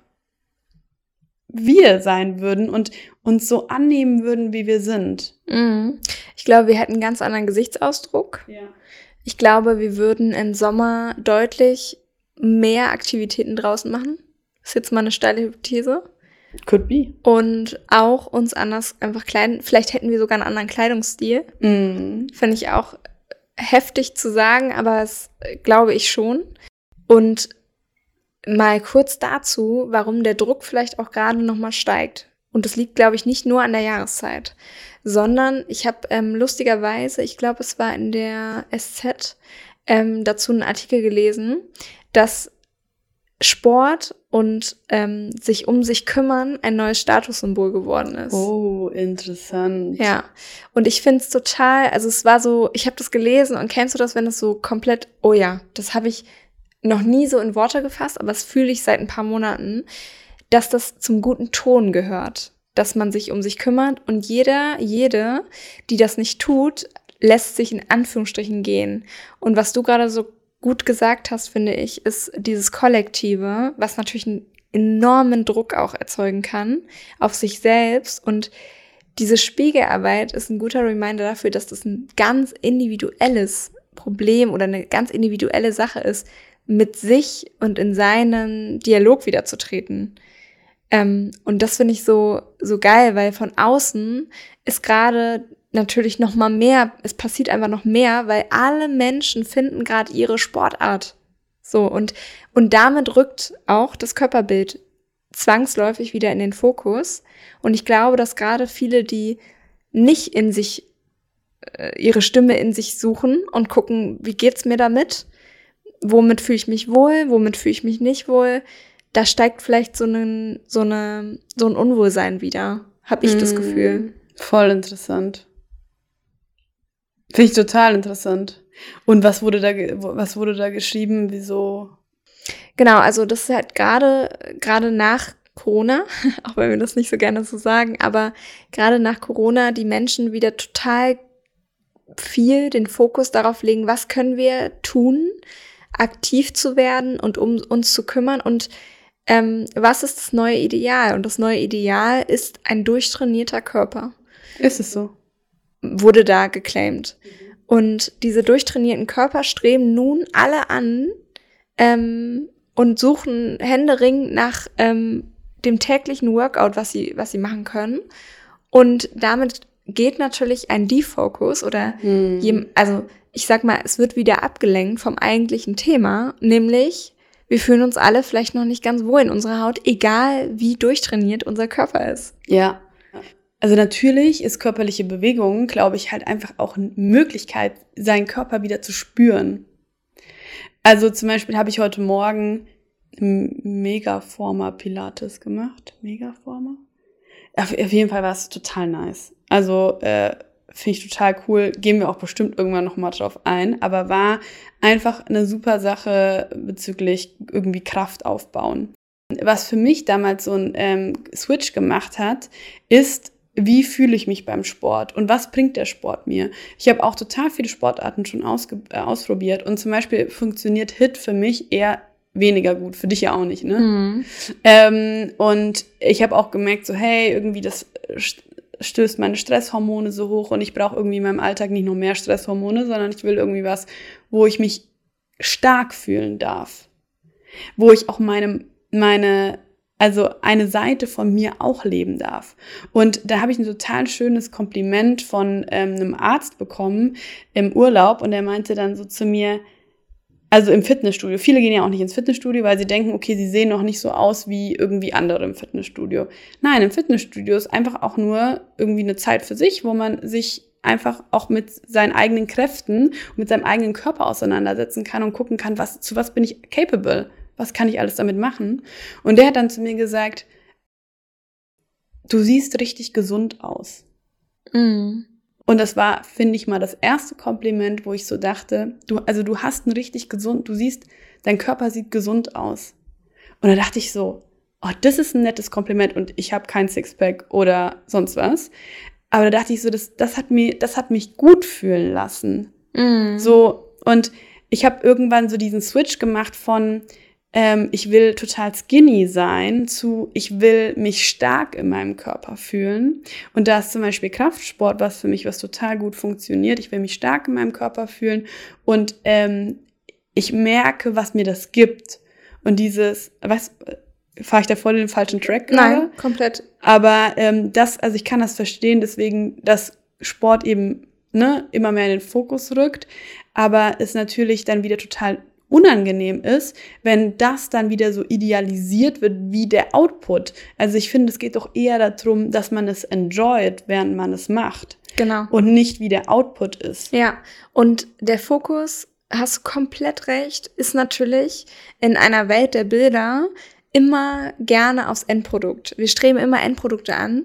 wir sein würden und uns so annehmen würden, wie wir sind? Mhm. Ich glaube, wir hätten einen ganz anderen Gesichtsausdruck. Ja. Ich glaube, wir würden im Sommer deutlich mehr Aktivitäten draußen machen. Das ist jetzt mal eine steile Hypothese. Could be. Und auch uns anders einfach kleiden. Vielleicht hätten wir sogar einen anderen Kleidungsstil. Finde ich auch heftig zu sagen, aber das glaube ich schon. Und mal kurz dazu, warum der Druck vielleicht auch gerade nochmal steigt. Und das liegt, glaube ich, nicht nur an der Jahreszeit, sondern ich habe lustigerweise, ich glaube, es war in der SZ, dazu einen Artikel gelesen, dass Sport und sich um sich kümmern ein neues Statussymbol geworden ist. Oh, interessant. Ja, und ich finde es total, also es war so, ich habe das gelesen und kennst du das, wenn es so komplett, oh ja, das habe ich noch nie so in Worte gefasst, aber das fühle ich seit ein paar Monaten, dass das zum guten Ton gehört, dass man sich um sich kümmert und jede, die das nicht tut, lässt sich in Anführungsstrichen gehen. Und was du gerade so gut gesagt hast, finde ich, ist dieses Kollektive, was natürlich einen enormen Druck auch erzeugen kann auf sich selbst. Und diese Spiegelarbeit ist ein guter Reminder dafür, dass das ein ganz individuelles Problem oder eine ganz individuelle Sache ist, mit sich und in seinen Dialog wiederzutreten. Und das finde ich so geil, weil von außen ist gerade natürlich noch mal mehr, es passiert einfach noch mehr, weil alle Menschen finden gerade ihre Sportart. So, und damit rückt auch das Körperbild zwangsläufig wieder in den Fokus. Und ich glaube, dass gerade viele, die nicht in sich, ihre Stimme in sich suchen und gucken, wie geht's mir damit? Womit fühle ich mich wohl? Womit fühle ich mich nicht wohl? Da steigt vielleicht so ein Unwohlsein wieder, habe ich das Gefühl. Voll interessant. Finde ich total interessant. Und was wurde da geschrieben? Wieso? Genau, also das ist halt gerade nach Corona, auch wenn wir das nicht so gerne so sagen, aber gerade nach Corona die Menschen wieder total viel den Fokus darauf legen, was können wir tun, aktiv zu werden und um uns zu kümmern und was ist das neue Ideal? Und das neue Ideal ist ein durchtrainierter Körper. Ist es so? Wurde da geclaimt. Und diese durchtrainierten Körper streben nun alle an und suchen händeringend nach dem täglichen Workout, was sie machen können. Und damit geht natürlich ein Defocus oder also ich sag mal, es wird wieder abgelenkt vom eigentlichen Thema, nämlich wir fühlen uns alle vielleicht noch nicht ganz wohl in unserer Haut, egal wie durchtrainiert unser Körper ist. Ja. Also natürlich ist körperliche Bewegung, glaube ich, halt einfach auch eine Möglichkeit, seinen Körper wieder zu spüren. Also zum Beispiel habe ich heute Morgen Megaformer Pilates gemacht. Megaformer? Auf jeden Fall war es total nice. Also finde ich total cool. Gehen wir auch bestimmt irgendwann nochmal drauf ein. Aber war einfach eine super Sache bezüglich irgendwie Kraft aufbauen. Was für mich damals so ein Switch gemacht hat, ist, wie fühle ich mich beim Sport und was bringt der Sport mir? Ich habe auch total viele Sportarten schon ausprobiert und zum Beispiel funktioniert HIIT für mich eher weniger gut, für dich ja auch nicht, ne? Und ich habe auch gemerkt, so hey, irgendwie das stößt meine Stresshormone so hoch und ich brauche irgendwie in meinem Alltag nicht noch mehr Stresshormone, sondern ich will irgendwie was, wo ich mich stark fühlen darf. Wo ich auch also eine Seite von mir auch leben darf. Und da habe ich ein total schönes Kompliment von einem Arzt bekommen im Urlaub und der meinte dann so zu mir, also im Fitnessstudio, viele gehen ja auch nicht ins Fitnessstudio, weil sie denken, okay, sie sehen noch nicht so aus wie irgendwie andere im Fitnessstudio. Nein, im Fitnessstudio ist einfach auch nur irgendwie eine Zeit für sich, wo man sich einfach auch mit seinen eigenen Kräften und mit seinem eigenen Körper auseinandersetzen kann und gucken kann, zu was bin ich capable? Was kann ich alles damit machen? Und der hat dann zu mir gesagt, du siehst richtig gesund aus. Und das war, finde ich mal, das erste Kompliment, wo ich so dachte, du hast einen richtig gesund, dein Körper sieht gesund aus. Und da dachte ich so, oh, das ist ein nettes Kompliment und ich habe kein Sixpack oder sonst was. Aber da dachte ich so, das hat mich gut fühlen lassen. So, und ich habe irgendwann so diesen Switch gemacht von ich will total skinny sein zu ich will mich stark in meinem Körper fühlen. Und da ist zum Beispiel Kraftsport was für mich, was total gut funktioniert. Ich will mich stark in meinem Körper fühlen und ich merke, was mir das gibt. Und fahre ich da voll den falschen Track gerade? Nein, komplett. Aber also ich kann das verstehen, deswegen, dass Sport eben immer mehr in den Fokus rückt, aber es natürlich dann wieder total unangenehm ist, wenn das dann wieder so idealisiert wird wie der Output. Also ich finde, es geht doch eher darum, dass man es enjoyt, während man es macht. Genau. Und nicht wie der Output ist. Ja, und der Fokus, hast du komplett recht, ist natürlich in einer Welt der Bilder immer gerne aufs Endprodukt. Wir streben immer Endprodukte an,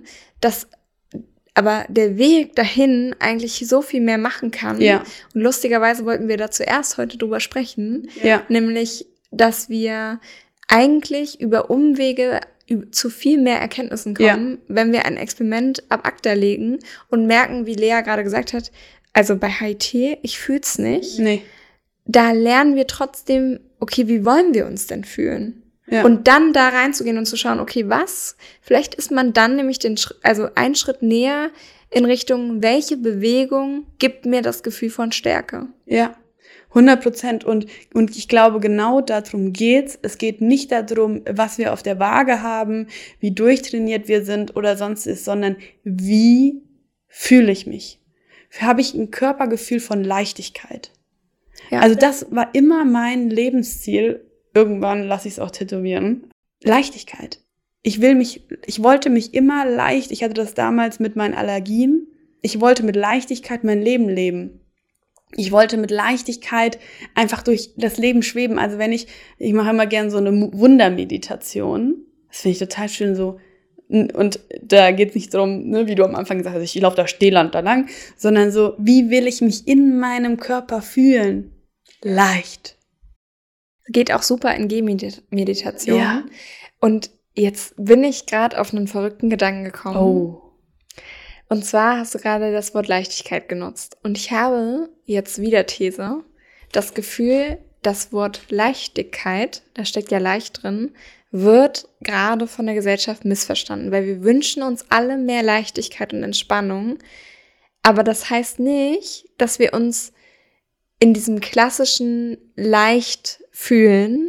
aber der Weg dahin eigentlich so viel mehr machen kann. Ja. Und lustigerweise wollten wir da zuerst heute drüber sprechen, Ja. nämlich, dass wir eigentlich über Umwege zu viel mehr Erkenntnissen kommen, wenn wir ein Experiment ab acta legen und merken, wie Lea gerade gesagt hat, also bei HIT, ich fühl's nicht. Nee. Da lernen wir trotzdem, okay, wie wollen wir uns denn fühlen? Ja. Und dann da reinzugehen und zu schauen, okay, was? Vielleicht ist man dann nämlich einen Schritt näher in Richtung, welche Bewegung gibt mir das Gefühl von Stärke? Ja, 100%. Und ich glaube, genau darum geht's. Es geht nicht darum, was wir auf der Waage haben, wie durchtrainiert wir sind oder sonst ist, sondern wie fühle ich mich? Habe ich ein Körpergefühl von Leichtigkeit? Ja. Also das war immer mein Lebensziel. Irgendwann lasse ich es auch tätowieren. Leichtigkeit. Ich wollte mich immer leicht, ich hatte das damals mit meinen Allergien, ich wollte mit Leichtigkeit mein Leben leben. Ich wollte mit Leichtigkeit einfach durch das Leben schweben. Also ich mache immer gerne so eine Wundermeditation. Das finde ich total schön so. Und da geht es nicht darum, ne, wie du am Anfang gesagt hast, ich laufe da Stehland da lang, sondern so, wie will ich mich in meinem Körper fühlen? Leicht. Geht auch super in Gehmeditation. Ja. Und jetzt bin ich gerade auf einen verrückten Gedanken gekommen. Oh. Und zwar hast du gerade das Wort Leichtigkeit genutzt. Und ich habe jetzt wieder These, das Gefühl, das Wort Leichtigkeit, da steckt ja leicht drin, wird gerade von der Gesellschaft missverstanden, weil wir wünschen uns alle mehr Leichtigkeit und Entspannung. Aber das heißt nicht, dass wir uns in diesem klassischen leicht fühlen,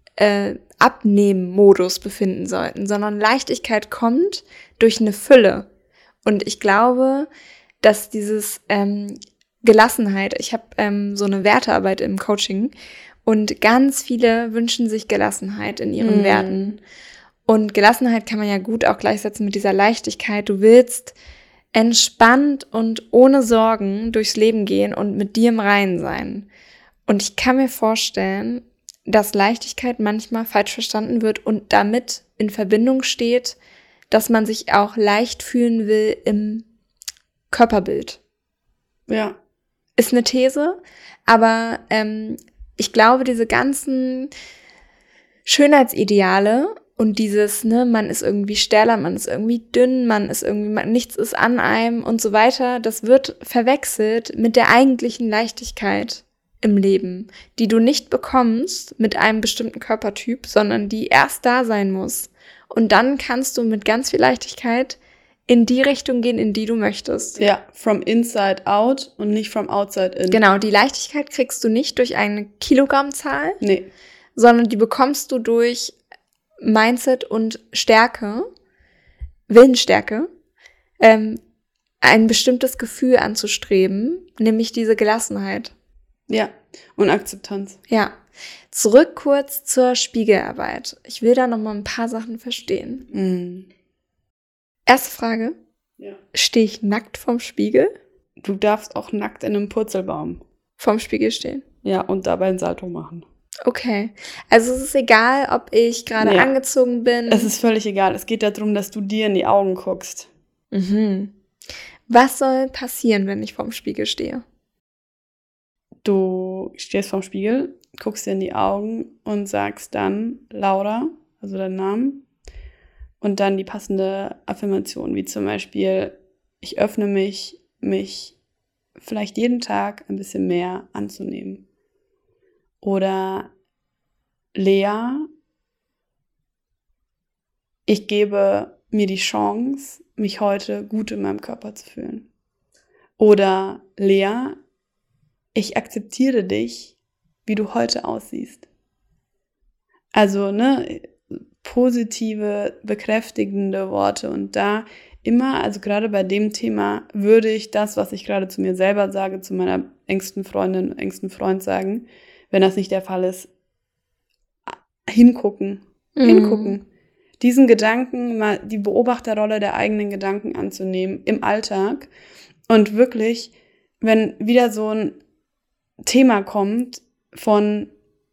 Abnehmen-Modus befinden sollten, sondern Leichtigkeit kommt durch eine Fülle. Und ich glaube, dass dieses Gelassenheit, ich habe so eine Wertearbeit im Coaching und ganz viele wünschen sich Gelassenheit in ihren Werten. Und Gelassenheit kann man ja gut auch gleichsetzen mit dieser Leichtigkeit. Du willst entspannt und ohne Sorgen durchs Leben gehen und mit dir im Reinen sein. Und ich kann mir vorstellen, dass Leichtigkeit manchmal falsch verstanden wird und damit in Verbindung steht, dass man sich auch leicht fühlen will im Körperbild. Ja. Ist eine These, aber ich glaube, diese ganzen Schönheitsideale und dieses, ne, man ist irgendwie stähler, man ist irgendwie dünn, nichts ist an einem und so weiter, das wird verwechselt mit der eigentlichen Leichtigkeit im Leben, die du nicht bekommst mit einem bestimmten Körpertyp, sondern die erst da sein muss. Und dann kannst du mit ganz viel Leichtigkeit in die Richtung gehen, in die du möchtest. Ja, from inside out und nicht from outside in. Genau, die Leichtigkeit kriegst du nicht durch eine Kilogrammzahl, Nee. sondern die bekommst du durch Mindset und Stärke, Willensstärke, ein bestimmtes Gefühl anzustreben, nämlich diese Gelassenheit. Ja, und Akzeptanz. Ja, zurück kurz zur Spiegelarbeit. Ich will da noch mal ein paar Sachen verstehen. Erste Frage. Ja. Stehe ich nackt vorm Spiegel? Du darfst auch nackt in einem Purzelbaum. Vorm Spiegel stehen? Ja, und dabei ein Salto machen. Okay. Also es ist egal, ob ich gerade angezogen bin. Es ist völlig egal. Es geht darum, dass du dir in die Augen guckst. Was soll passieren, wenn ich vorm Spiegel stehe? Du stehst vorm Spiegel, guckst dir in die Augen und sagst dann Laura, also deinen Namen, und dann die passende Affirmation, wie zum Beispiel, ich öffne mich vielleicht jeden Tag ein bisschen mehr anzunehmen. Oder Lea, ich gebe mir die Chance, mich heute gut in meinem Körper zu fühlen. Oder Lea, ich akzeptiere dich, wie du heute aussiehst. Also, ne, positive, bekräftigende Worte. Und da immer, also gerade bei dem Thema, würde ich das, was ich gerade zu mir selber sage, zu meiner engsten Freundin, engsten Freund sagen, wenn das nicht der Fall ist, hingucken. Diesen Gedanken, mal die Beobachterrolle der eigenen Gedanken anzunehmen im Alltag und wirklich, wenn wieder so ein Thema kommt von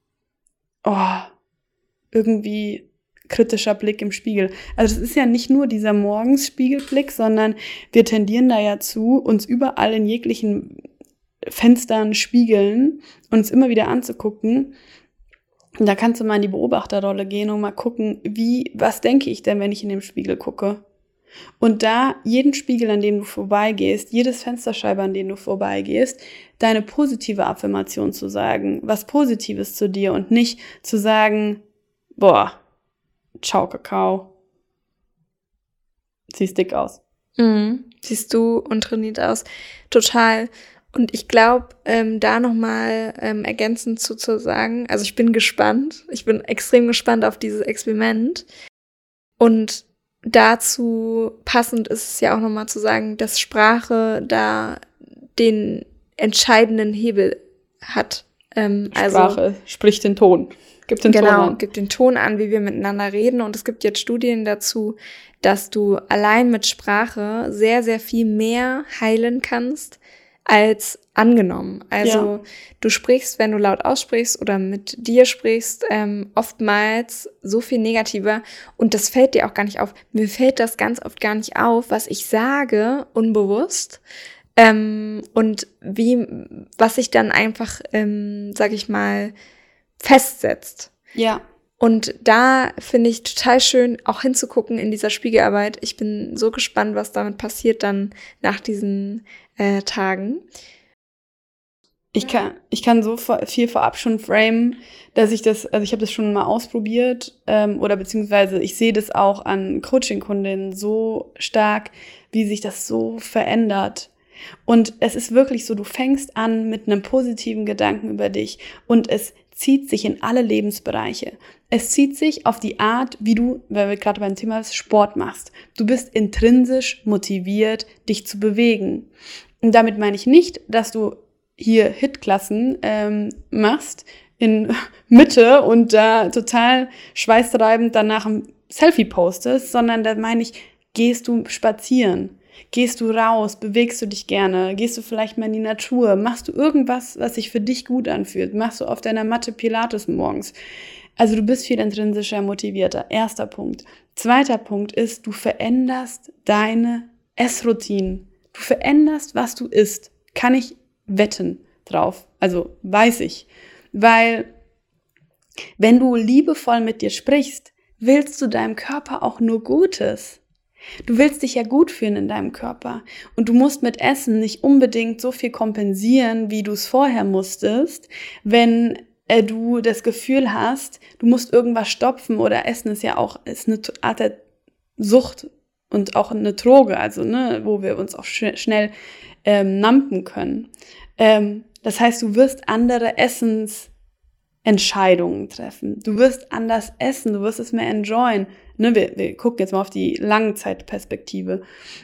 irgendwie kritischer Blick im Spiegel. Also das ist ja nicht nur dieser Morgensspiegelblick, sondern wir tendieren da ja zu, uns überall in jeglichen Fenstern, Spiegeln, uns immer wieder anzugucken. Und da kannst du mal in die Beobachterrolle gehen und mal gucken, was denke ich denn, wenn ich in den Spiegel gucke? Und da jeden Spiegel, an dem du vorbeigehst, jedes Fensterscheibe, an dem du vorbeigehst, deine positive Affirmation zu sagen, was Positives zu dir und nicht zu sagen, boah, ciao Kakao, siehst dick aus. Siehst du untrainiert aus. Total. Und ich glaube, da nochmal ergänzend zu sagen, also ich bin gespannt. Ich bin extrem gespannt auf dieses Experiment. Und dazu passend ist es ja auch nochmal zu sagen, dass Sprache da den entscheidenden Hebel hat. Sprache spricht den Ton, gibt den Ton an. Gibt den Ton an, wie wir miteinander reden. Und es gibt jetzt Studien dazu, dass du allein mit Sprache sehr, sehr viel mehr heilen kannst als angenommen. Also du sprichst, wenn du laut aussprichst oder mit dir sprichst, oftmals so viel negativer und das fällt dir auch gar nicht auf. Mir fällt das ganz oft gar nicht auf, was ich sage, unbewusst. Und was sich dann einfach, sag ich mal, festsetzt. Ja. Und da finde ich total schön, auch hinzugucken in dieser Spiegelarbeit. Ich bin so gespannt, was damit passiert dann nach diesen Tagen. Ich kann so viel vorab schon framen, dass ich habe das schon mal ausprobiert, oder beziehungsweise ich sehe das auch an Coaching-Kundinnen so stark, wie sich das so verändert. Und es ist wirklich so, du fängst an mit einem positiven Gedanken über dich und es zieht sich in alle Lebensbereiche. Es zieht sich auf die Art, wie du, weil wir gerade beim Thema Sport machst. Du bist intrinsisch motiviert, dich zu bewegen. Und damit meine ich nicht, dass du hier Hitklassen machst in Mitte und da total schweißtreibend danach ein Selfie postest, sondern da meine ich, gehst du spazieren, gehst du raus, bewegst du dich gerne, gehst du vielleicht mal in die Natur, machst du irgendwas, was sich für dich gut anfühlt, machst du auf deiner Matte Pilates morgens. Also du bist viel intrinsischer motivierter. Erster Punkt. Zweiter Punkt ist, du veränderst deine Essroutinen. Du veränderst, was du isst. Kann ich wetten drauf. Also weiß ich. Weil wenn du liebevoll mit dir sprichst, willst du deinem Körper auch nur Gutes. Du willst dich ja gut fühlen in deinem Körper. Und du musst mit Essen nicht unbedingt so viel kompensieren, wie du es vorher musstest, wenn du das Gefühl hast, du musst irgendwas stopfen oder Essen ist eine Art der Sucht und auch eine Droge, also wo wir uns auch schnell numpen können. Das heißt, du wirst andere Essensentscheidungen treffen. Du wirst anders essen, du wirst es mehr enjoyen. Wir gucken jetzt mal auf die Langzeitperspektive.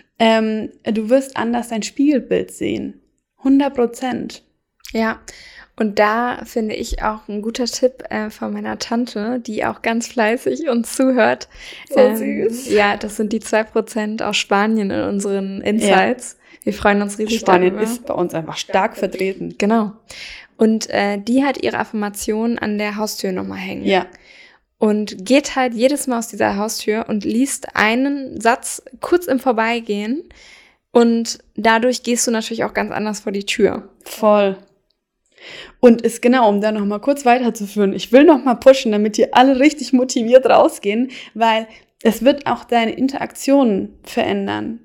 Du wirst anders dein Spiegelbild sehen. 100%. Ja, und da finde ich auch ein guter Tipp von meiner Tante, die auch ganz fleißig uns zuhört. So süß. Ja, das sind die 2% aus Spanien in unseren Insights. Ja. Wir freuen uns riesig Spanien darüber. Ist bei uns einfach stark vertreten. Genau. Und die hat ihre Affirmation an der Haustür nochmal hängen. Ja. Und geht halt jedes Mal aus dieser Haustür und liest einen Satz kurz im Vorbeigehen. Und dadurch gehst du natürlich auch ganz anders vor die Tür. Voll. Und ist genau, um da nochmal kurz weiterzuführen, ich will nochmal pushen, damit hier alle richtig motiviert rausgehen, weil es wird auch deine Interaktionen verändern.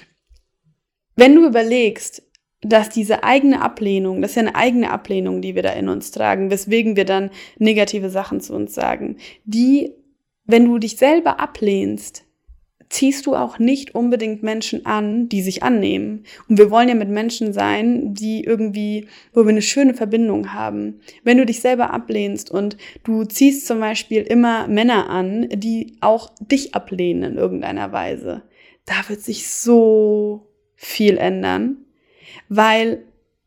Wenn du überlegst, dass diese eigene Ablehnung, das ist ja eine eigene Ablehnung, die wir da in uns tragen, weswegen wir dann negative Sachen zu uns sagen, wenn du dich selber ablehnst, ziehst du auch nicht unbedingt Menschen an, die sich annehmen. Und wir wollen ja mit Menschen sein, die irgendwie, wo wir eine schöne Verbindung haben. Wenn du dich selber ablehnst und du ziehst zum Beispiel immer Männer an, die auch dich ablehnen in irgendeiner Weise, da wird sich so viel ändern, weil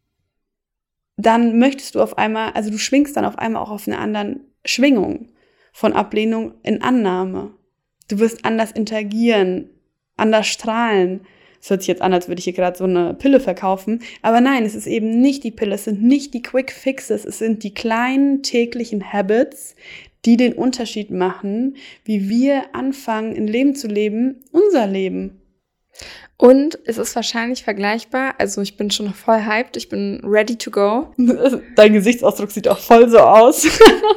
dann möchtest du auf einmal, also du schwingst dann auf einmal auch auf eine andere Schwingung von Ablehnung in Annahme. Du wirst anders interagieren, anders strahlen. Es hört sich jetzt an, als würde ich hier gerade so eine Pille verkaufen. Aber nein, es ist eben nicht die Pille, es sind nicht die Quick Fixes, es sind die kleinen täglichen Habits, die den Unterschied machen, wie wir anfangen, ein Leben zu leben, unser Leben. Und es ist wahrscheinlich vergleichbar, also ich bin schon voll hyped, ich bin ready to go. Dein Gesichtsausdruck sieht auch voll so aus.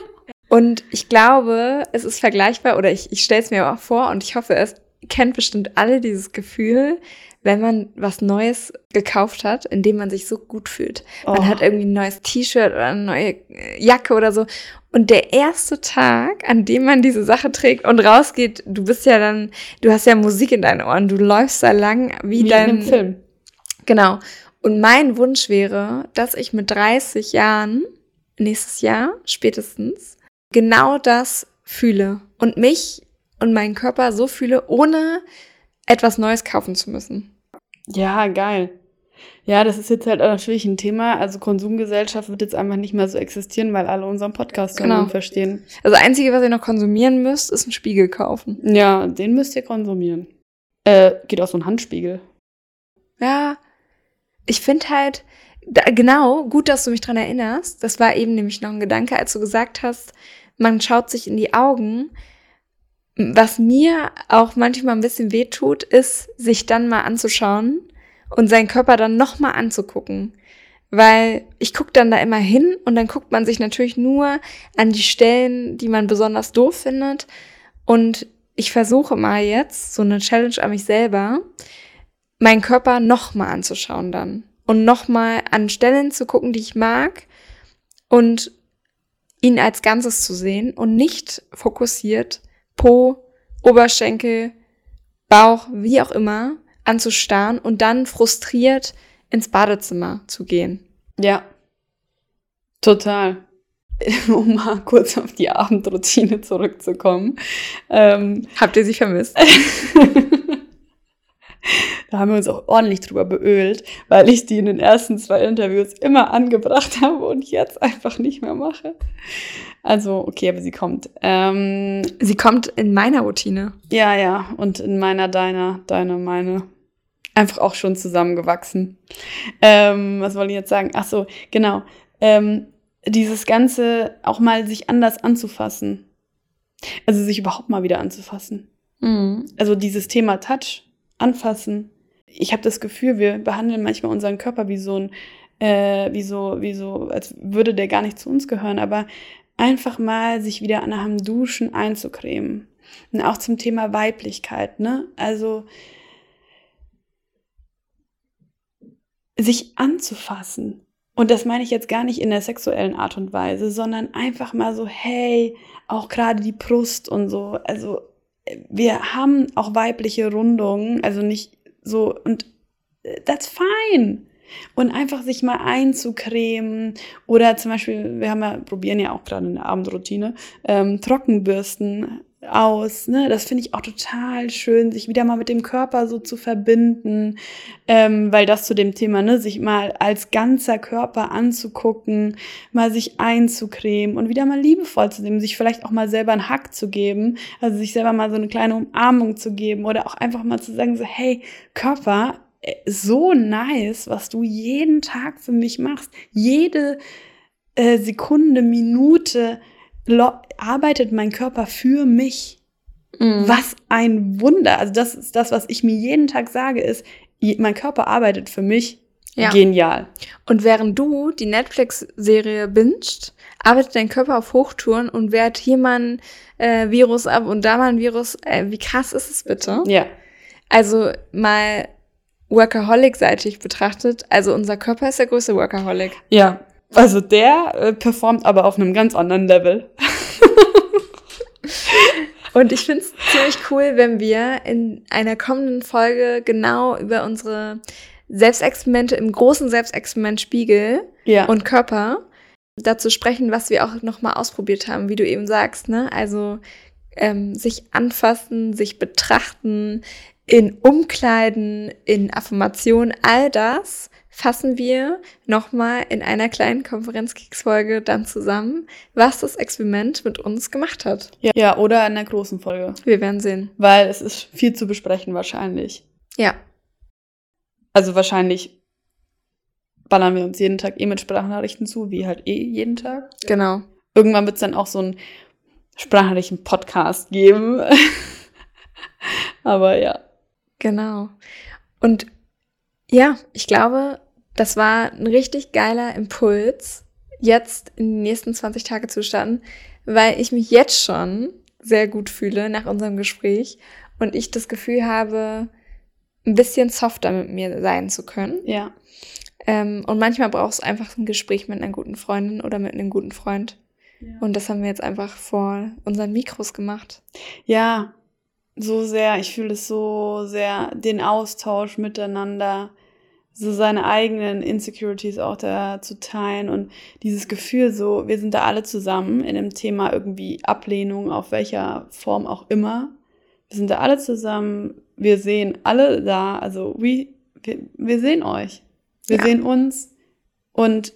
Und ich glaube, es ist vergleichbar, oder ich stelle es mir auch vor und ich hoffe, es kennt bestimmt alle dieses Gefühl, wenn man was Neues gekauft hat, in dem man sich so gut fühlt. Man hat irgendwie ein neues T-Shirt oder eine neue Jacke oder so. Und der erste Tag, an dem man diese Sache trägt und rausgeht, du hast ja Musik in deinen Ohren, du läufst da lang wie in einem Film. Genau. Und mein Wunsch wäre, dass ich mit 30 Jahren, nächstes Jahr spätestens, genau das fühle und mich und meinen Körper so fühle, ohne etwas Neues kaufen zu müssen. Ja, geil. Ja, das ist jetzt halt auch natürlich ein Thema. Also Konsumgesellschaft wird jetzt einfach nicht mehr so existieren, weil alle unseren Podcast hören und verstehen. Also das Einzige, was ihr noch konsumieren müsst, ist ein Spiegel kaufen. Ja, den müsst ihr konsumieren. Geht auch so ein Handspiegel. Ja, ich finde halt, genau, gut, dass du mich dran erinnerst. Das war eben nämlich noch ein Gedanke, als du gesagt hast, man schaut sich in die Augen. Was mir auch manchmal ein bisschen wehtut, ist, sich dann mal anzuschauen und seinen Körper dann nochmal anzugucken. Weil ich gucke dann da immer hin und dann guckt man sich natürlich nur an die Stellen, die man besonders doof findet. Und ich versuche mal jetzt, so eine Challenge an mich selber, meinen Körper nochmal anzuschauen dann. Und nochmal an Stellen zu gucken, die ich mag und ihn als Ganzes zu sehen und nicht fokussiert Po, Oberschenkel, Bauch, wie auch immer, anzustarren und dann frustriert ins Badezimmer zu gehen. Ja, total. Um mal kurz auf die Abendroutine zurückzukommen. Habt ihr sie vermisst? Da haben wir uns auch ordentlich drüber beölt, weil ich die in den ersten 2 Interviews immer angebracht habe und jetzt einfach nicht mehr mache. Also, okay, aber sie kommt. Sie kommt in meiner Routine. Ja, und in meiner, deine, meine. Einfach auch schon zusammengewachsen. Was wollte ich jetzt sagen? Ach so, genau. Dieses Ganze auch mal sich anders anzufassen. Also sich überhaupt mal wieder anzufassen. Mhm. Also dieses Thema Touch, anfassen. Ich habe das Gefühl, wir behandeln manchmal unseren Körper wie so als würde der gar nicht zu uns gehören, aber einfach mal sich wieder nach dem Duschen einzucremen. Und auch zum Thema Weiblichkeit, ne? Also sich anzufassen. Und das meine ich jetzt gar nicht in der sexuellen Art und Weise, sondern einfach mal so, hey, auch gerade die Brust und so. Also wir haben auch weibliche Rundungen, also nicht so, und that's fine. Und einfach sich mal einzucremen oder zum Beispiel, probieren ja auch gerade in der Abendroutine, Trockenbürsten aus, ne? Das finde ich auch total schön, sich wieder mal mit dem Körper so zu verbinden, weil das zu dem Thema, ne, sich mal als ganzer Körper anzugucken, mal sich einzucremen und wieder mal liebevoll zu nehmen, sich vielleicht auch mal selber einen Hack zu geben, also sich selber mal so eine kleine Umarmung zu geben oder auch einfach mal zu sagen, so, hey, Körper, so nice, was du jeden Tag für mich machst, jede Sekunde, Minute arbeitet mein Körper für mich. Mhm. Was ein Wunder. Also das ist das, was ich mir jeden Tag sage, ist, mein Körper arbeitet für mich. Ja. Genial. Und während du die Netflix-Serie bingst, arbeitet dein Körper auf Hochtouren und wehrt hier mal ein Virus ab und da mal ein Virus. Wie krass ist es bitte? Ja. Also mal Workaholic-seitig betrachtet, also unser Körper ist der größte Workaholic. Ja. Also der performt aber auf einem ganz anderen Level. Und ich finde es ziemlich cool, wenn wir in einer kommenden Folge genau über unsere Selbstexperimente im großen Selbstexperiment Spiegel und Körper dazu sprechen, was wir auch nochmal ausprobiert haben, wie du eben sagst, ne? Also sich anfassen, sich betrachten, in Umkleiden, in Affirmation, all das fassen wir nochmal in einer kleinen Konferenzkeks-Folge dann zusammen, was das Experiment mit uns gemacht hat. Ja, oder in einer großen Folge. Wir werden sehen. Weil es ist viel zu besprechen wahrscheinlich. Ja. Also wahrscheinlich ballern wir uns jeden Tag mit Sprachnachrichten zu, wie halt jeden Tag. Genau. Irgendwann wird es dann auch so einen Sprachnachrichten-Podcast geben. Aber ja. Genau. Und ja, ich glaube, das war ein richtig geiler Impuls, jetzt in die nächsten 20 Tage zu starten, weil ich mich jetzt schon sehr gut fühle nach unserem Gespräch und ich das Gefühl habe, ein bisschen softer mit mir sein zu können. Ja. Und manchmal brauchst du einfach ein Gespräch mit einer guten Freundin oder mit einem guten Freund. Ja. Und das haben wir jetzt einfach vor unseren Mikros gemacht. Ja, so sehr. Ich fühle es so sehr, den Austausch miteinander, so seine eigenen Insecurities auch da zu teilen und dieses Gefühl so, wir sind da alle zusammen in dem Thema irgendwie Ablehnung, auf welcher Form auch immer. Wir sind da alle zusammen, wir sehen alle da, also wir sehen euch, wir sehen uns und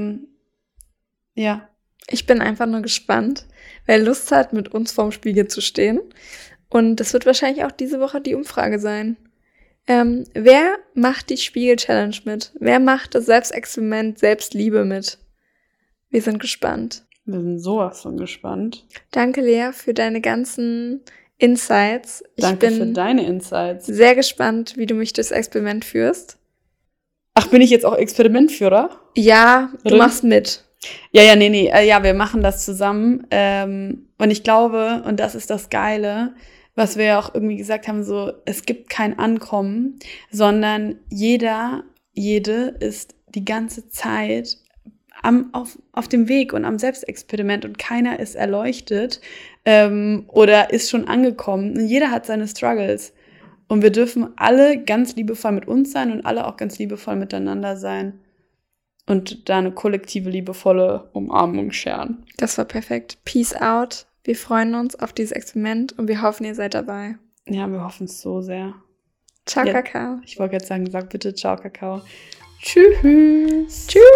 ja. Ich bin einfach nur gespannt, wer Lust hat, mit uns vorm Spiegel zu stehen. Und das wird wahrscheinlich auch diese Woche die Umfrage sein. Wer macht die Spiegel-Challenge mit? Wer macht das Selbstexperiment Selbstliebe mit? Wir sind gespannt. Wir sind sowas von gespannt. Danke, Lea, für deine ganzen Insights. Danke für deine Insights. Sehr gespannt, wie du mich durchs Experiment führst. Ach, bin ich jetzt auch Experimentführer? Ja, du machst mit. Ja, nee. Ja, wir machen das zusammen. Und ich glaube, und das ist das Geile, was wir ja auch irgendwie gesagt haben, so, es gibt kein Ankommen, sondern jede ist die ganze Zeit auf dem Weg und am Selbstexperiment und keiner ist erleuchtet oder ist schon angekommen. Und jeder hat seine Struggles. Und wir dürfen alle ganz liebevoll mit uns sein und alle auch ganz liebevoll miteinander sein. Und da eine kollektive, liebevolle Umarmung scheren. Das war perfekt. Peace out. Wir freuen uns auf dieses Experiment und wir hoffen, ihr seid dabei. Ja, wir hoffen es so sehr. Ciao, Ja, Kakao. Ich wollte jetzt sagen, sag bitte ciao, Kakao. Tschüss. Tschüss.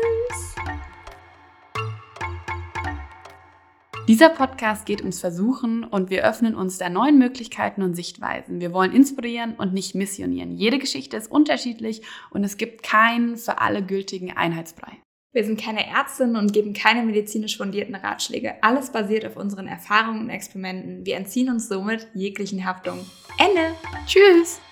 Dieser Podcast geht ums Versuchen und wir öffnen uns der neuen Möglichkeiten und Sichtweisen. Wir wollen inspirieren und nicht missionieren. Jede Geschichte ist unterschiedlich und es gibt keinen für alle gültigen Einheitsbrei. Wir sind keine Ärztinnen und geben keine medizinisch fundierten Ratschläge. Alles basiert auf unseren Erfahrungen und Experimenten. Wir entziehen uns somit jeglichen Haftung. Ende. Tschüss!